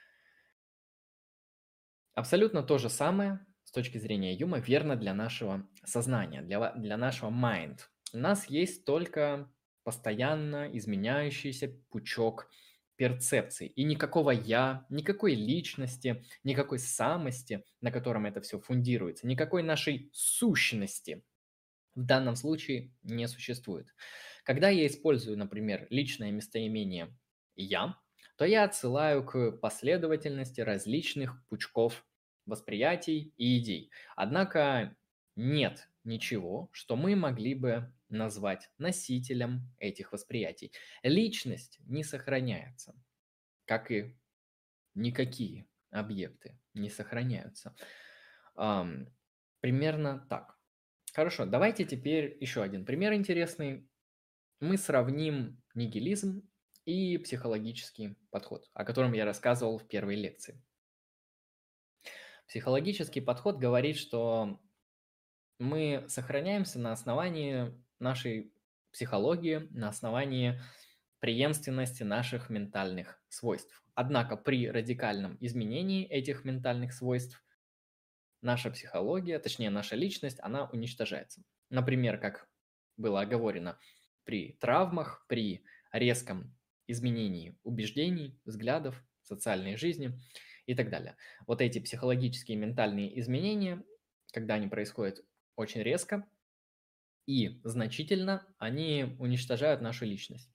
Абсолютно то же самое с точки зрения Юма верно для нашего сознания, для, ва- для нашего mind. У нас есть только постоянно изменяющийся пучок перцепций. И никакого «я», никакой личности, никакой самости, на котором это все фундируется, никакой нашей сущности в данном случае не существует. Когда я использую, например, личное местоимение «я», то я отсылаю к последовательности различных пучков восприятий и идей. Однако нет ничего, что мы могли бы назвать носителем этих восприятий. Личность не сохраняется, как и никакие объекты не сохраняются. Ам, примерно так. Хорошо, давайте теперь еще один пример интересный. Мы сравним нигилизм и психологический подход, о котором я рассказывал в первой лекции. Психологический подход говорит, что мы сохраняемся на основании нашей психологии, на основании преемственности наших ментальных свойств. Однако при радикальном изменении этих ментальных свойств наша психология, точнее наша личность, она уничтожается. Например, как было оговорено, при травмах, при резком изменении убеждений, взглядов, социальной жизни и так далее. Вот эти психологические ментальные изменения, когда они происходят очень резко и значительно, они уничтожают нашу личность.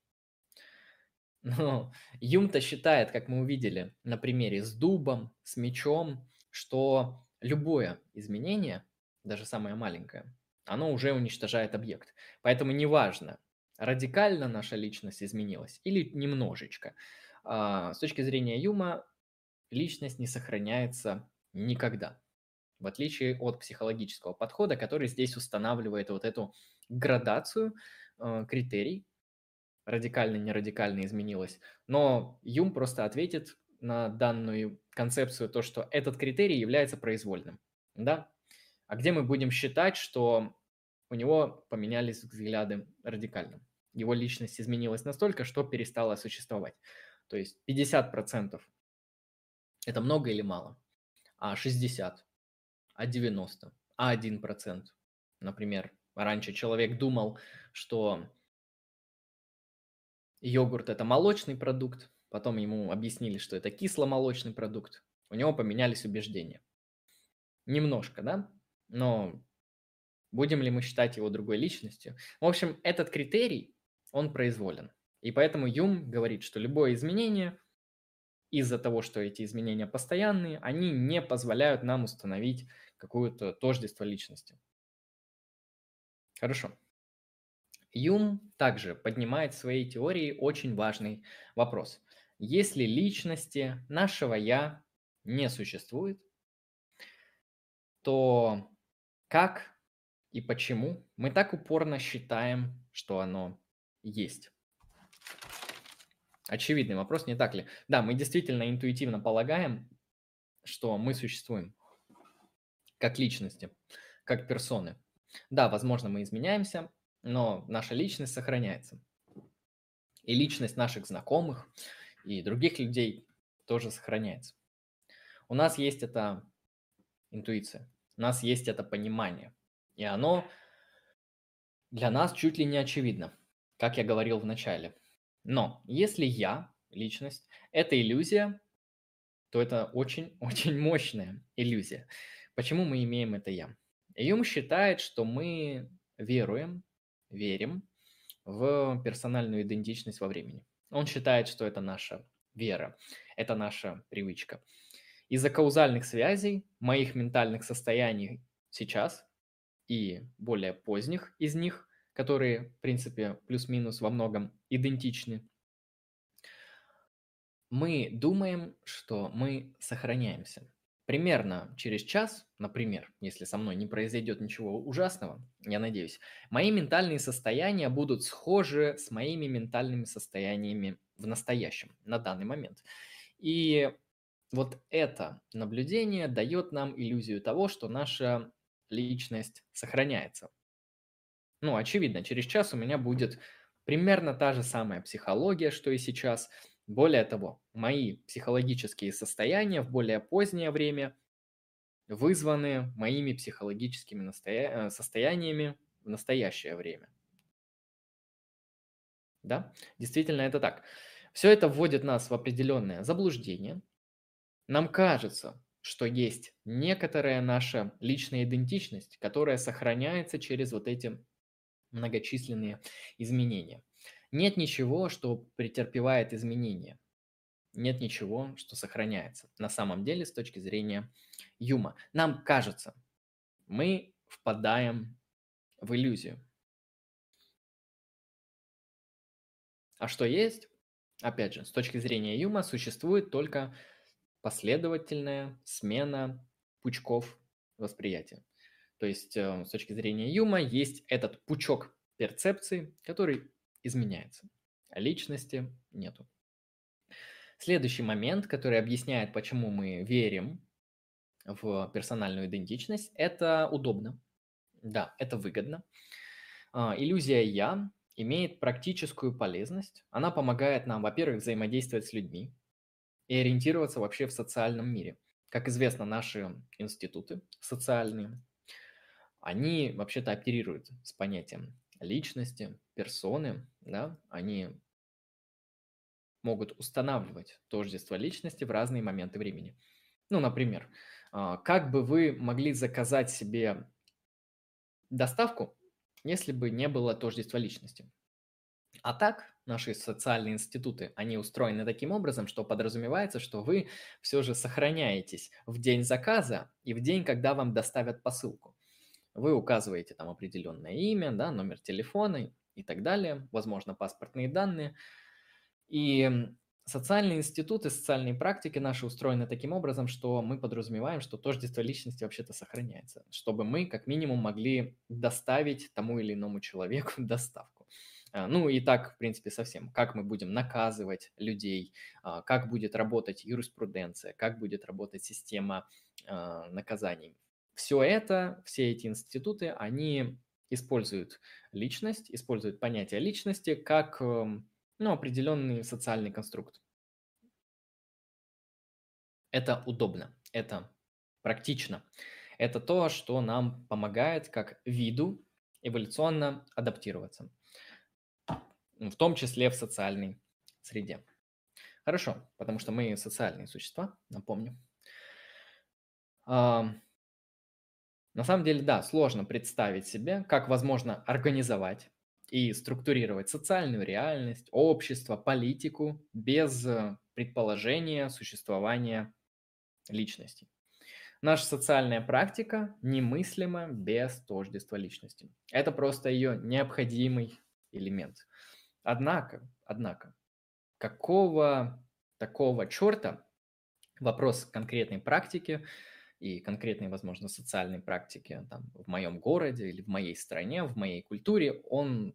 Но Юм-то считает, как мы увидели на примере с дубом, с мечом, что любое изменение, даже самое маленькое, оно уже уничтожает объект. Поэтому неважно, радикально наша личность изменилась или немножечко. А, С точки зрения Юма, личность не сохраняется никогда. в отличие от психологического подхода, который здесь устанавливает вот эту градацию э, критерий, радикально, не радикально изменилось. Но Юм просто ответит на данную концепцию то, что этот критерий является произвольным. Да? А где мы будем считать, что у него поменялись взгляды радикально? Его личность изменилась настолько, что перестала существовать. То есть пятьдесят процентов это много или мало? А шестьдесят, а девяносто, а один процент. Например, раньше человек думал, что йогурт – это молочный продукт, потом ему объяснили, что это кисломолочный продукт. У него поменялись убеждения. Немножко, да? Но будем ли мы считать его другой личностью? В общем, этот критерий, он произволен. И поэтому Юм говорит, что любое изменение, из-за того, что эти изменения постоянные, они не позволяют нам установить какое-то тождество личности. Хорошо. Юм также поднимает в своей теории очень важный вопрос. Если личности нашего «я» не существует, то как и почему мы так упорно считаем, что оно есть? Очевидный вопрос, не так ли? Да, мы действительно интуитивно полагаем, что мы существуем как личности, как персоны. Да, возможно, мы изменяемся, но наша личность сохраняется. И личность наших знакомых и других людей тоже сохраняется. У нас есть эта интуиция, у нас есть это понимание, и оно для нас чуть ли не очевидно, как я говорил в начале. Но если я, личность, это иллюзия, то это очень-очень мощная иллюзия. Почему мы имеем это «я»? Юм считает, что мы веруем, верим в персональную идентичность во времени. Он считает, что это наша вера, это наша привычка. Из-за каузальных связей моих ментальных состояний сейчас и более поздних из них, которые, в принципе, плюс-минус во многом идентичны, мы думаем, что мы сохраняемся. Примерно через час, например, если со мной не произойдет ничего ужасного, я надеюсь, мои ментальные состояния будут схожи с моими ментальными состояниями в настоящем, на данный момент. И вот это наблюдение дает нам иллюзию того, что наша личность сохраняется. Ну, очевидно, через час у меня будет примерно та же самая психология, что и сейчас. Более того, мои психологические состояния в более позднее время вызваны моими психологическими настоя- э, состояниями в настоящее время. Да, действительно это так. Все это вводит нас в определенное заблуждение. Нам кажется, что есть некоторая наша личная идентичность, которая сохраняется через вот эти многочисленные изменения. Нет ничего, что претерпевает изменения. Нет ничего, что сохраняется. На самом деле, с точки зрения Юма. Нам кажется, мы впадаем в иллюзию. А что есть? Опять же, с точки зрения Юма существует только последовательная смена пучков восприятия. То есть, э, с точки зрения Юма есть этот пучок перцепции, который изменяется, а личности нету. Следующий момент, который объясняет, почему мы верим в персональную идентичность, это удобно. Да, это выгодно. А, Иллюзия «я» имеет практическую полезность. Она помогает нам, во-первых, взаимодействовать с людьми и ориентироваться вообще в социальном мире. Как известно, наши институты социальные, они вообще-то оперируют с понятием личности, персоны, да, они могут устанавливать тождество личности в разные моменты времени. Ну, например, а, как бы вы могли заказать себе доставку, если бы не было тождества личности? А так, наши социальные институты, они устроены таким образом, что подразумевается, что вы все же сохраняетесь в день заказа и в день, когда вам доставят посылку. Вы указываете там определенное имя, да, номер телефона и так далее, возможно, паспортные данные. И Социальные институты, социальные практики наши устроены таким образом, что мы подразумеваем, что тождество личности вообще-то сохраняется, чтобы мы как минимум могли доставить тому или иному человеку доставку. А, Ну и так, в принципе, совсем. Как мы будем наказывать людей, а, как будет работать юриспруденция, как будет работать система а, наказаний. Все это, все эти институты, они используют личность, используют понятие личности как эм, ну, определенный социальный конструкт. Это удобно, это практично. Это то, что нам помогает как виду эволюционно адаптироваться, м, в том числе в социальной среде. Хорошо, потому что мы социальные существа, напомню. Ам, На самом деле, да, сложно представить себе, как возможно организовать и структурировать социальную реальность, общество, политику без э, предположения существования личности. Наша социальная практика немыслима без тождества личности. Это просто ее необходимый элемент. Однако, однако, какого такого черта вопрос конкретной практики и конкретной, возможно, социальной практики там, в моем городе или в моей стране, в моей культуре, он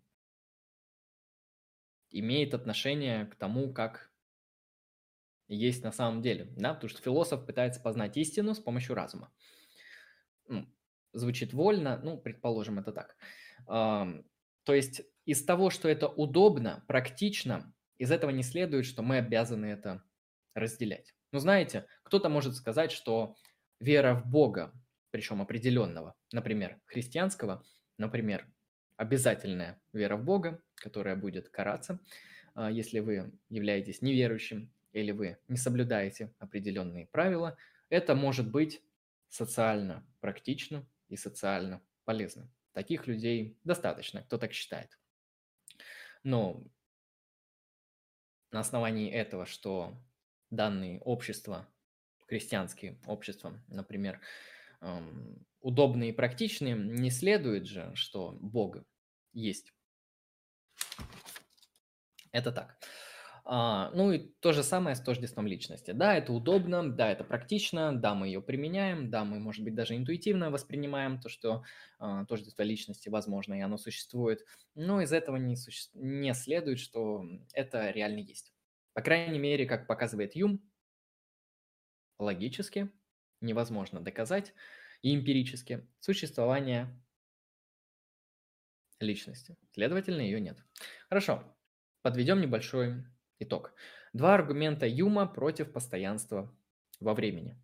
имеет отношение к тому, как есть на самом деле, да, потому что философ пытается познать истину с помощью разума. Ну, звучит вольно, ну, предположим, это так. Ам, то есть из того, что это удобно, практично, из этого не следует, что мы обязаны это разделять. Ну, знаете, кто-то может сказать, что вера в Бога, причем определенного, например, христианского, например, обязательная вера в Бога, которая будет караться, а, если вы являетесь неверующим или вы не соблюдаете определенные правила, это может быть социально практичным и социально полезным. Таких людей достаточно, кто так считает. Но на основании этого, что данные общества, христианские общества, например, эм, удобные и практичные, не следует же, что Бог есть. Это так. А, ну и то же самое с тождеством личности. Да, это удобно, да, это практично, да, мы ее применяем, да, мы, может быть, даже интуитивно воспринимаем то, что а, тождество личности возможно и оно существует, но из этого не, суще- не следует, что это реально есть. По крайней мере, как показывает Юм, логически невозможно доказать и эмпирически существование личности. Следовательно, ее нет. Хорошо. Подведем небольшой итог. Два аргумента Юма против постоянства во времени.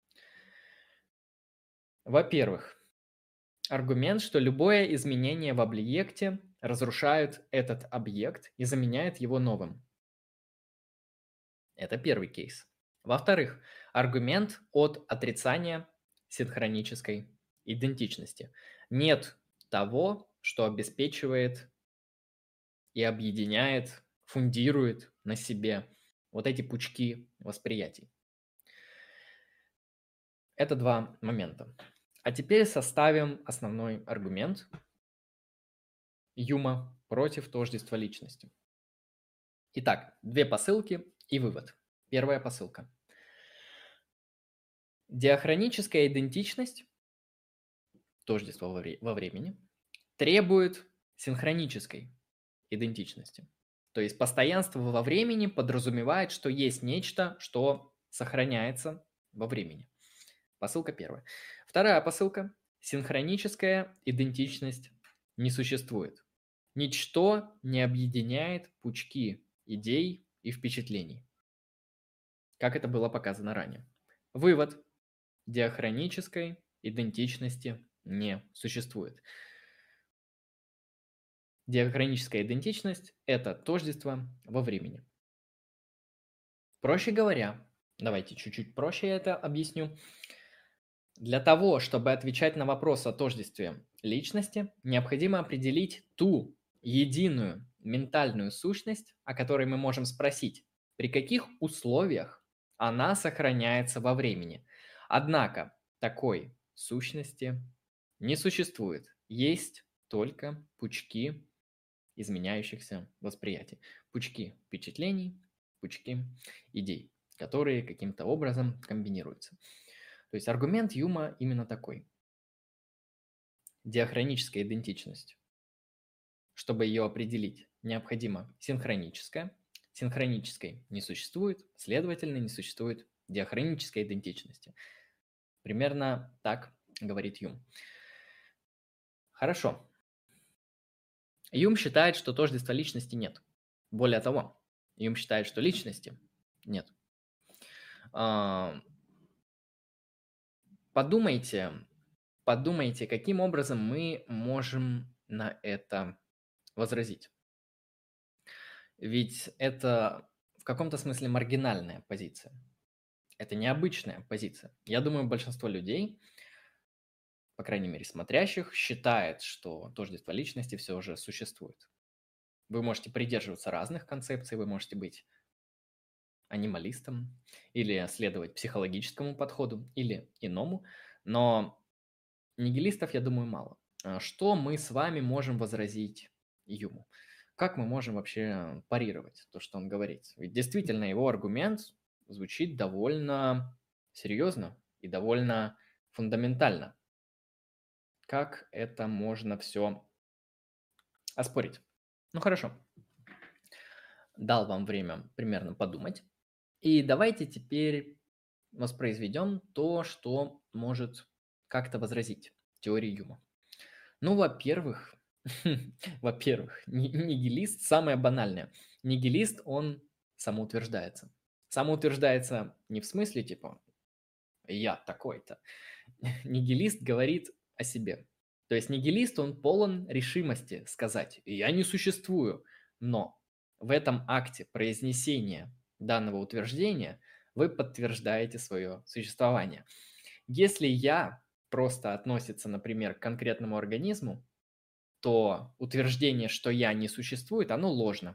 Во-первых, аргумент, что любое изменение в объекте разрушает этот объект и заменяет его новым. Это первый кейс. Во-вторых, аргумент от отрицания синхронической идентичности. Нет того, что обеспечивает и объединяет, фундирует на себе вот эти пучки восприятий. Это два момента. А теперь составим основной аргумент Юма против тождества личности. Итак, две посылки и вывод. Первая посылка. Диахроническая идентичность, тождество во, вре- во времени, требует синхронической идентичности. То есть постоянство во времени подразумевает, что есть нечто, что сохраняется во времени. Посылка первая. Вторая посылка. Синхроническая идентичность не существует. Ничто не объединяет пучки идей и впечатлений, как это было показано ранее. Вывод. Диахронической идентичности не существует. Диахроническая идентичность – это тождество во времени. Проще говоря, давайте чуть-чуть проще это объясню. Для того, чтобы отвечать на вопрос о тождестве личности, необходимо определить ту единую ментальную сущность, о которой мы можем спросить, при каких условиях она сохраняется во времени. Однако такой сущности не существует. Есть только пучки изменяющихся восприятий, пучки впечатлений пучки идей, которые каким-то образом комбинируются. То есть аргумент Юма именно такой. Диахроническая идентичность. Чтобы ее определить, необходимо синхроническое. Синхронической не существует, следовательно, не существует диахронической идентичности. Примерно так говорит Юм. Хорошо. Юм считает, что тождества личности нет. Более того, Юм считает, что личности нет. А, Подумайте, подумайте, каким образом мы можем на это возразить. Ведь это в каком-то смысле маргинальная позиция. Это необычная позиция. Я думаю, большинство людей, по крайней мере смотрящих, считает, что тождество личности все же существует. Вы можете придерживаться разных концепций, вы можете быть анималистом или следовать психологическому подходу или иному, но нигилистов, я думаю, мало. А Что мы с вами можем возразить Юму? Как мы можем вообще парировать то, что он говорит? Ведь действительно его аргумент звучит довольно серьезно и довольно фундаментально. Как это можно все оспорить? Ну хорошо, дал вам время примерно подумать. И давайте теперь воспроизведем то, что может как-то возразить теории Юма. Ну, во-первых, во-первых, ни- нигилист самое банальное. Нигилист, он самоутверждается. Самоутверждается не в смысле типа «я такой-то». Нигилист говорит о себе. То есть нигилист, он полон решимости сказать «я не существую». Но в этом акте произнесения данного утверждения вы подтверждаете свое существование. Если «я» просто относится, например, к конкретному организму, то утверждение, что «я» не существует, оно ложно.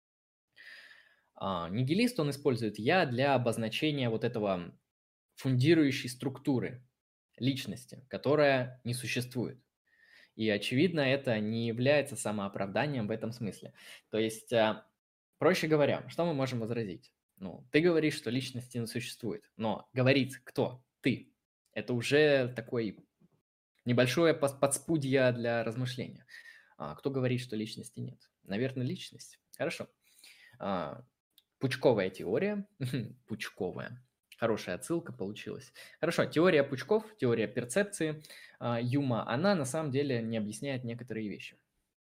А, нигилист, он использует «я» для обозначения вот этого фундирующей структуры личности, которая не существует. И, очевидно, это не является самооправданием в этом смысле. То есть, а, проще говоря, что мы можем возразить? Ну, ты говоришь, что личности не существует, но говорит кто? Ты. Это уже такой небольшое пос- подспудье для размышления. А, кто говорит, что личности нет? Наверное, личность. Хорошо. А, Пучковая теория. Пучковая. Хорошая отсылка получилась. Хорошо, теория пучков, теория перцепции а, Юма, она на самом деле не объясняет некоторые вещи.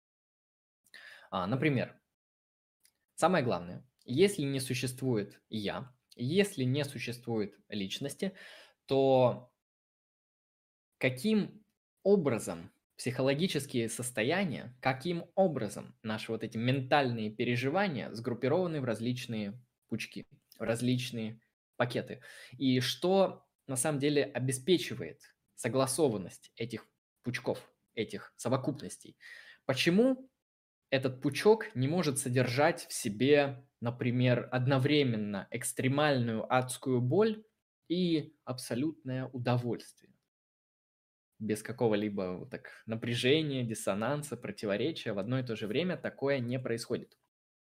А, Например, самое главное, если не существует «я», если не существует личности, то каким образом психологические состояния, каким образом наши вот эти ментальные переживания сгруппированы в различные пучки, в различные пакеты. И что на самом деле обеспечивает согласованность этих пучков, этих совокупностей. Почему этот пучок не может содержать в себе, например, одновременно экстремальную адскую боль и абсолютное удовольствие? Без какого-либо вот так напряжения, диссонанса, противоречия в одно и то же время такое не происходит.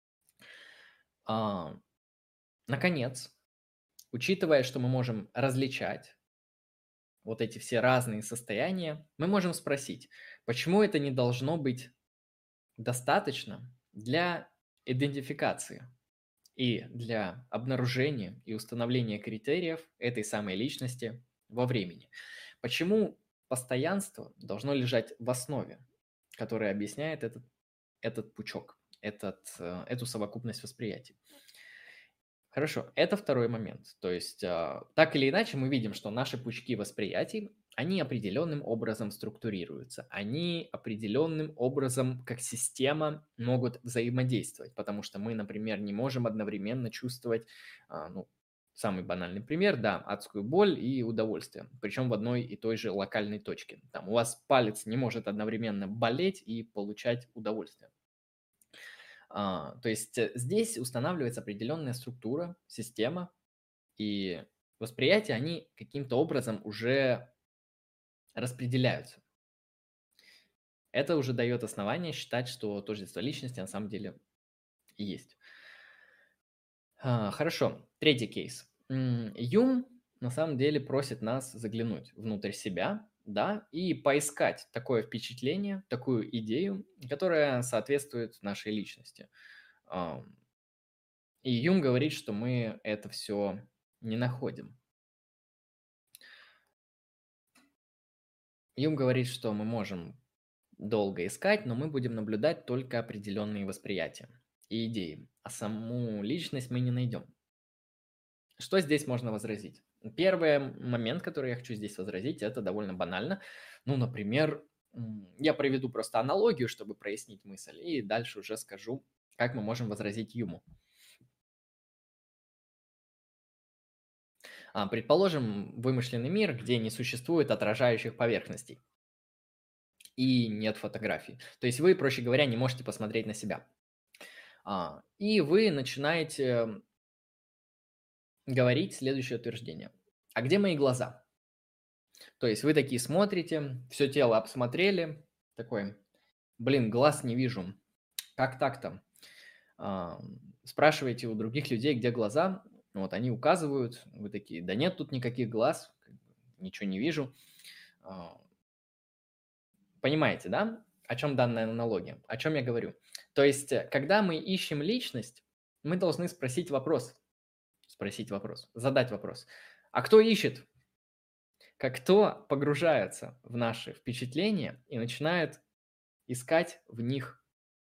А, Наконец, учитывая, что мы можем различать вот эти все разные состояния, мы можем спросить, почему это не должно быть достаточно для идентификации и для обнаружения и установления критериев этой самой личности во времени. Почему постоянство должно лежать в основе, которая объясняет этот, этот пучок, этот, э, эту совокупность восприятий? Хорошо, это второй момент. То есть, а, так или иначе, мы видим, что наши пучки восприятий, они определенным образом структурируются. Они определенным образом, как система, могут взаимодействовать. Потому что мы, например, не можем одновременно чувствовать, а, ну, самый банальный пример, да, адскую боль и удовольствие. Причем в одной и той же локальной точке. Там у вас палец не может одновременно болеть и получать удовольствие. А, то есть э, здесь устанавливается определенная структура, система, и восприятия, они каким-то образом уже распределяются. Это уже дает основание считать, что тождество личности на самом деле есть. А, хорошо, третий кейс. М, Юм на самом деле просит нас заглянуть внутрь себя, да, и поискать такое впечатление, такую идею, которая соответствует нашей личности. Ам, И Юм говорит, что мы это все не находим. Юм говорит, что мы можем долго искать, но мы будем наблюдать только определенные восприятия и идеи, а саму личность мы не найдем. Что здесь можно возразить? Первый момент, который я хочу здесь возразить, это довольно банально. Ну, например, м, я приведу просто аналогию, чтобы прояснить мысль, и дальше уже скажу, как мы можем возразить Юму. А, Предположим, вымышленный мир, где не существует отражающих поверхностей и нет фотографий. То есть вы, проще говоря, не можете посмотреть на себя. А, И вы начинаете говорить следующее утверждение. А где мои глаза? То есть вы такие смотрите, все тело обсмотрели, такой, блин, глаз не вижу. Как так-то? А, Спрашиваете у других людей, где глаза. Вот они указывают, вы такие, да нет тут никаких глаз, как бы ничего не вижу. А, Понимаете, да, о чем данная аналогия? О чем я говорю? То есть, э, когда мы ищем личность, мы должны спросить вопрос, спросить вопрос, задать вопрос. А кто ищет? Как кто погружается в наши впечатления и начинает искать в них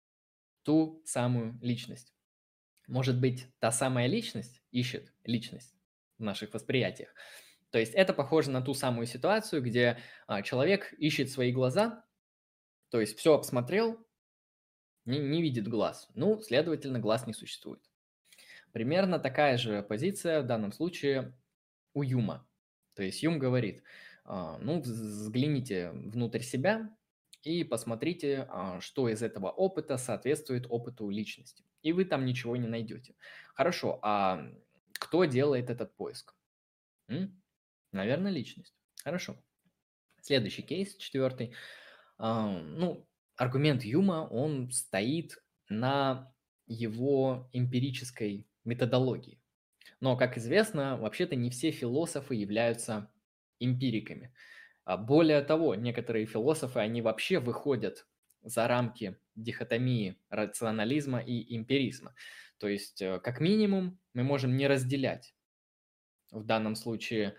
ту самую личность. Может быть, та самая личность ищет личность в наших восприятиях. То есть это похоже на ту самую ситуацию, где а, человек ищет свои глаза, то есть все обсмотрел, не, не видит глаз. Ну, следовательно, глаз не существует. Примерно такая же позиция в данном случае у Юма. То есть Юм говорит, а, ну, взгляните внутрь себя и посмотрите, а, что из этого опыта соответствует опыту личности. И вы там ничего не найдете. Хорошо, а кто делает этот поиск? М? Наверное, личность. Хорошо. Следующий кейс, четвертый. А, Ну, аргумент Юма, он стоит на его эмпирической методологии. Но, как известно, вообще-то не все философы являются эмпириками. А более того, некоторые философы, они вообще выходят за рамки дихотомии рационализма и эмпиризма. То есть, э, как минимум, мы можем не разделять в данном случае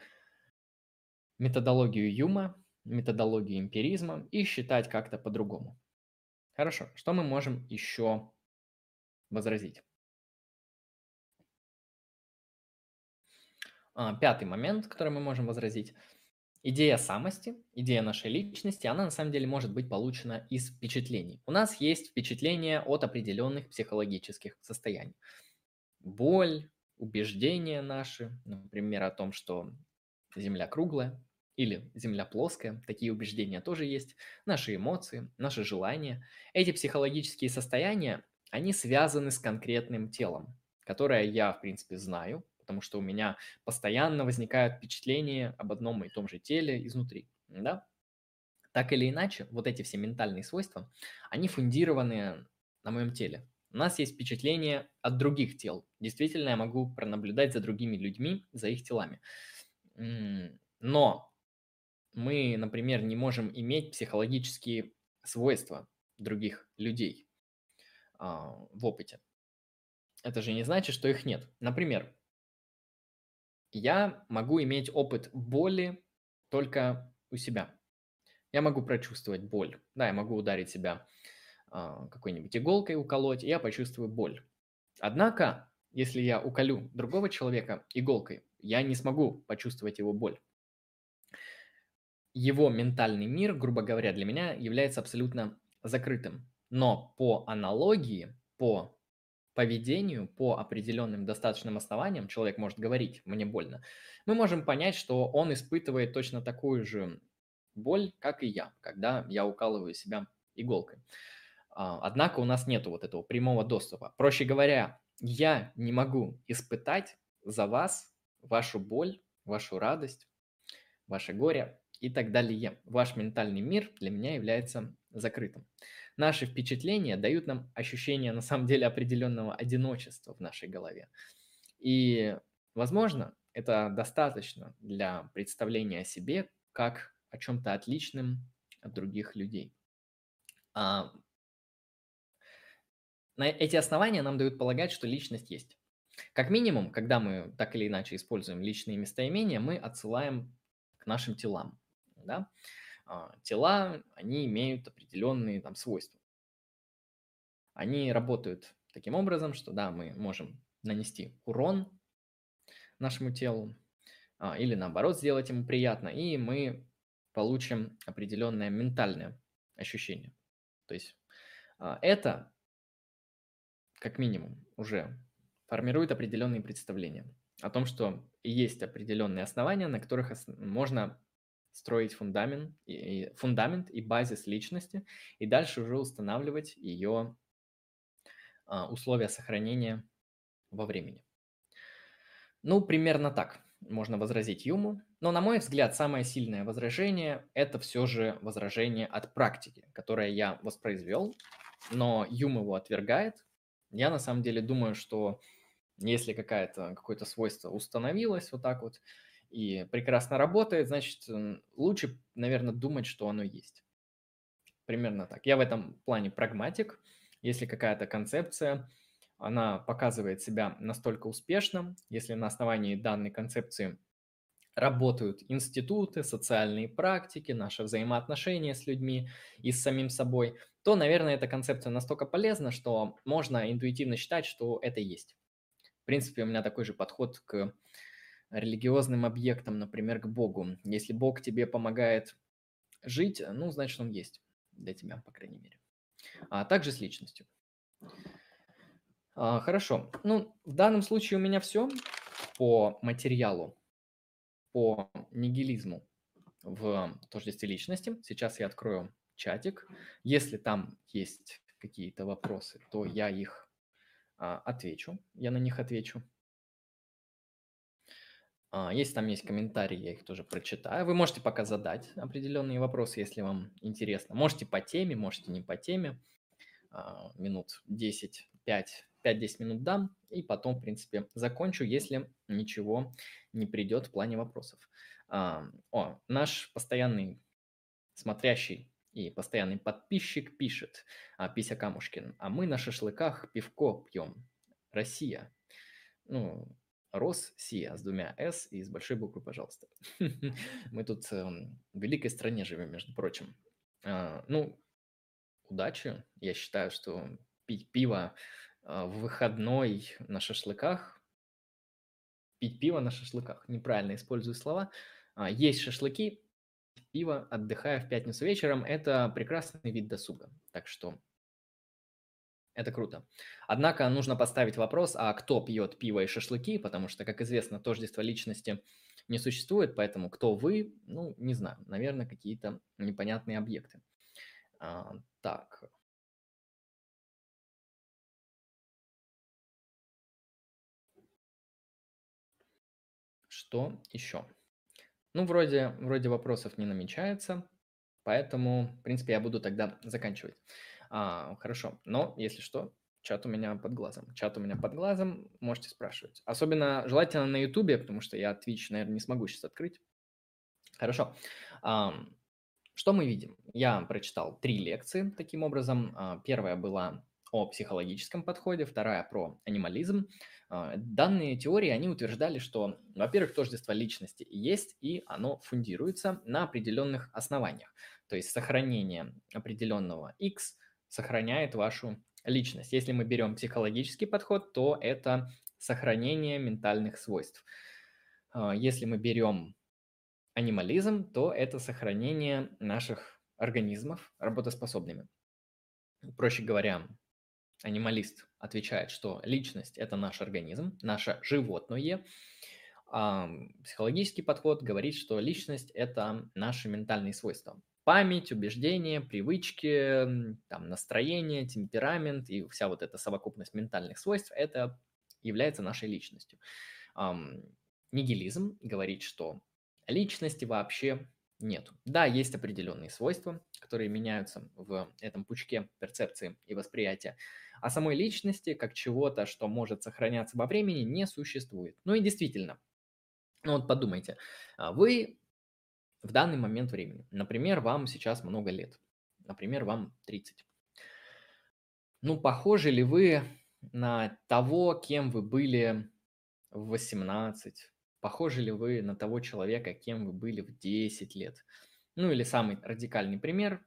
методологию Юма, методологию эмпиризма и считать как-то по-другому. Хорошо, что мы можем еще возразить? А, Пятый момент, который мы можем возразить. Идея самости, идея нашей личности, она на самом деле может быть получена из впечатлений. У нас есть впечатления от определенных психологических состояний. Боль, убеждения наши, например, о том, что Земля круглая или Земля плоская, такие убеждения тоже есть, наши эмоции, наши желания. Эти психологические состояния, они связаны с конкретным телом, которое я, в принципе, знаю, потому что у меня постоянно возникают впечатления об одном и том же теле изнутри, да? Так или иначе, вот эти все ментальные свойства, они фундированы на моем теле. У нас есть впечатление от других тел. Действительно, я могу пронаблюдать за другими людьми, за их телами. М, Но мы, например, не можем иметь психологические свойства других людей а, в опыте. Это же не значит, что их нет. Например, я могу иметь опыт боли только у себя. Я могу прочувствовать боль. Да, я могу ударить себя а, какой-нибудь иголкой, уколоть, и я почувствую боль. Однако, если я уколю другого человека иголкой, я не смогу почувствовать его боль. Его ментальный мир, грубо говоря, для меня является абсолютно закрытым. Но по аналогии, по поведению, по определенным достаточным основаниям, человек может говорить «мне больно», мы можем понять, что он испытывает точно такую же боль, как и я, когда я укалываю себя иголкой. А, Однако у нас нет вот этого прямого доступа. Проще говоря, я не могу испытать за вас вашу боль, вашу радость, ваше горе и так далее. Ваш ментальный мир для меня является закрытым. Наши впечатления дают нам ощущение, на самом деле, определенного одиночества в нашей голове. И, возможно, это достаточно для представления о себе как о чем-то отличном от других людей. А, на эти основания нам дают полагать, что личность есть. Как минимум, когда мы так или иначе используем личные местоимения, мы отсылаем к нашим телам. Да? А, Тела, они имеют определенные там свойства. Они работают таким образом, что да, мы можем нанести урон нашему телу, а, или наоборот сделать ему приятно, и мы получим определенное ментальное ощущение. То есть а, это, как минимум, уже формирует определенные представления о том, что есть определенные основания, на которых ос- можно строить фундамент и, и- фундамент и базис личности, и дальше уже устанавливать ее а, условия сохранения во времени. Ну, примерно так можно возразить Юму. Но, на мой взгляд, самое сильное возражение – это все же возражение от практики, которое я воспроизвел, но Юм его отвергает. Я на самом деле думаю, что если какая-то, какое-то свойство установилось вот так вот и прекрасно работает, значит, м, лучше, наверное, думать, что оно есть. Примерно так. Я в этом плане прагматик. Если какая-то концепция, она показывает себя настолько успешно, если на основании данной концепции работают институты, социальные практики, наши взаимоотношения с людьми и с самим собой, то, наверное, эта концепция настолько полезна, что можно интуитивно считать, что это есть. В принципе, у меня такой же подход к религиозным объектам, например, к Богу. Если Бог тебе помогает жить, ну, значит, он есть для тебя, по крайней мере. А также с личностью. А, хорошо. Ну, в данном случае у меня все по материалу, по нигилизму в тождестве личности. Сейчас я открою чатик. Если там есть какие-то вопросы, то я их а, отвечу. Я на них отвечу. А, если там есть комментарии, я их тоже прочитаю. Вы можете пока задать определенные вопросы, если вам интересно. Можете по теме, можете не по теме. А, минут десять, пять, пять-десять минут дам, и потом, в принципе, закончу, если ничего не придет в плане вопросов. А, О, наш постоянный смотрящий и постоянный подписчик пишет, а, Пися Камушкин, а мы на шашлыках пивко пьем. Россия. Ну, Россия с двумя «с» и с большой буквы, пожалуйста. Мы тут эм, в великой стране живем, между прочим. А, Ну, удачи. Я считаю, что пить пиво а, в выходной на шашлыках, пить пиво на шашлыках, неправильно использую слова, а, есть шашлыки, пиво, отдыхая в пятницу вечером, это прекрасный вид досуга. Так что это круто. Однако нужно поставить вопрос, а кто пьет пиво и шашлыки, потому что, как известно, тождество личности не существует, поэтому кто вы, ну, не знаю, наверное, какие-то непонятные объекты. А, так, что еще? Ну, вроде, вроде вопросов не намечается, поэтому, в принципе, я буду тогда заканчивать. А, хорошо, но если что, чат у меня под глазом. Чат у меня под глазом, можете спрашивать. Особенно желательно на Ютубе, потому что я Twitch, наверное, не смогу сейчас открыть. Хорошо. Ам, Что мы видим? Я прочитал три лекции таким образом. А, Первая была о психологическом подходе, вторая про анимализм. А, Данные теории, они утверждали, что, во-первых, тождество личности есть, и оно фундируется на определенных основаниях. То есть сохранение определенного X сохраняет вашу личность. Если мы берем психологический подход, то это сохранение ментальных свойств. А, Если мы берем анимализм, то это сохранение наших организмов работоспособными. Проще говоря, анималист отвечает, что личность – это наш организм, наше животное, а психологический подход говорит, что личность – это наши ментальные свойства. Память, убеждения, привычки, там, настроение, темперамент и вся вот эта совокупность ментальных свойств – это является нашей личностью. Ам, Нигилизм говорит, что личности вообще нету. Да, есть определенные свойства, которые меняются в этом пучке перцепции и восприятия, а самой личности, как чего-то, что может сохраняться во времени, не существует. Ну и действительно, ну вот подумайте, а, вы в данный момент времени, например, вам сейчас много лет, например, вам тридцать. Ну, похожи ли вы на того, кем вы были в восемнадцать? Похожи ли вы на того человека, кем вы были в десять лет? Ну или самый радикальный пример.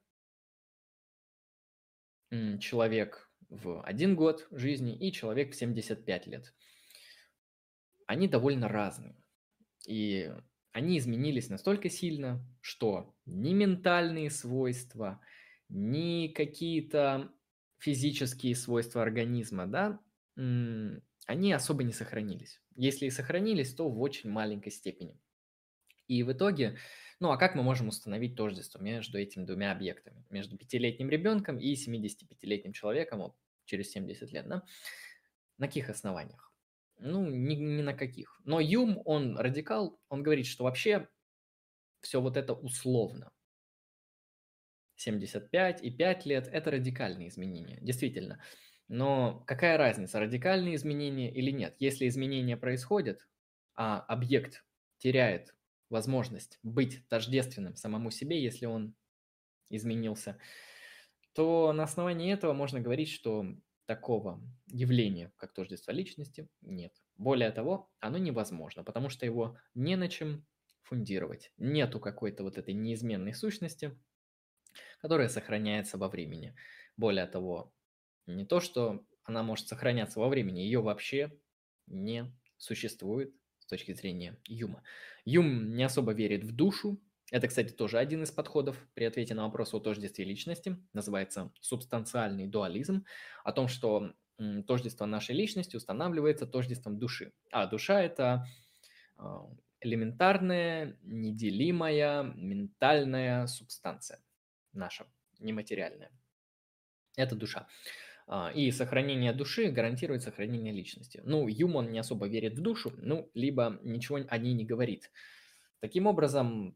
м, Человек в один год жизни и человек в семьдесят пять лет. Они довольно разные. И они изменились настолько сильно, что ни ментальные свойства, ни какие-то физические свойства организма, да, м, они особо не сохранились. Если и сохранились, то в очень маленькой степени. И в итоге, ну а как мы можем установить тождество между этими двумя объектами? Между пятилетним ребенком и семидесятипятилетним человеком вот, через семьдесят лет, да? На каких основаниях? Ну, ни, ни на каких. Но Юм, он радикал, он говорит, что вообще все вот это условно. семьдесят пять и пять лет – это радикальные изменения, действительно. Но какая разница, радикальные изменения или нет? Если изменения происходят, а объект теряет возможность быть тождественным самому себе, если он изменился, то на основании этого можно говорить, что такого явления, как тождество личности, нет. Более того, оно невозможно, потому что его не на чем фундировать. Нету какой-то вот этой неизменной сущности, которая сохраняется во времени. Более того, не то, что она может сохраняться во времени, ее вообще не существует с точки зрения Юма. Юм не особо верит в душу. Это, кстати, тоже один из подходов при ответе на вопрос о тождестве личности. Называется субстанциальный дуализм. О том, что м, тождество нашей личности устанавливается тождеством души. А душа – это а, элементарная, неделимая ментальная субстанция наша, нематериальная. Это душа. А, И сохранение души гарантирует сохранение личности. Ну, Юм, он не особо верит в душу, ну, либо ничего о ней не говорит. Таким образом,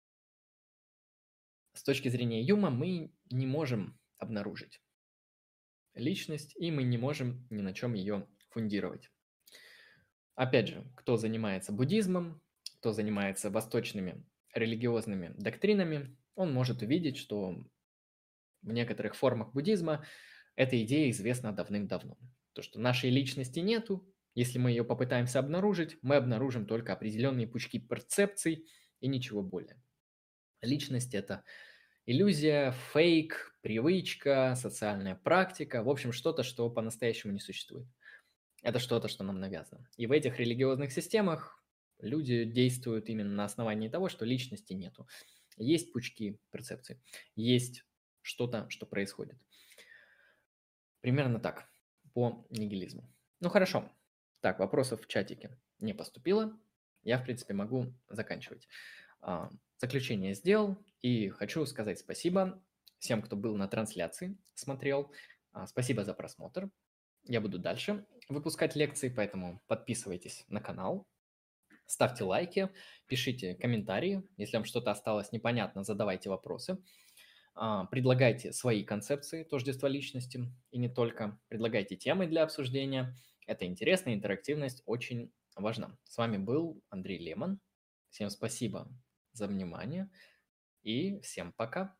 с точки зрения Юма, мы не можем обнаружить личность, и мы не можем ни на чем ее фундировать. Опять же, кто занимается буддизмом, кто занимается восточными религиозными доктринами, он может увидеть, что в некоторых формах буддизма эта идея известна давным-давно. То, что нашей личности нету, если мы ее попытаемся обнаружить, мы обнаружим только определенные пучки перцепций и ничего более. Личность – это иллюзия, фейк, привычка, социальная практика, в общем, что-то, что по-настоящему не существует. Это что-то, что нам навязано. И в этих религиозных системах люди действуют именно на основании того, что личности нету. Есть пучки перцепций, есть что-то, что происходит. Примерно так, по нигилизму. Ну хорошо. Так, вопросов в чатике не поступило. Я, в принципе, могу заканчивать. А, Заключение сделал. И хочу сказать спасибо всем, кто был на трансляции, смотрел. А, Спасибо за просмотр. Я буду дальше выпускать лекции, поэтому подписывайтесь на канал, ставьте лайки, пишите комментарии. Если вам что-то осталось непонятно, задавайте вопросы. А, Предлагайте свои концепции тождества личности и не только. Предлагайте темы для обсуждения. Это интересно, интерактивность очень важна. С вами был Андрей Лемон. Всем спасибо за внимание и всем пока.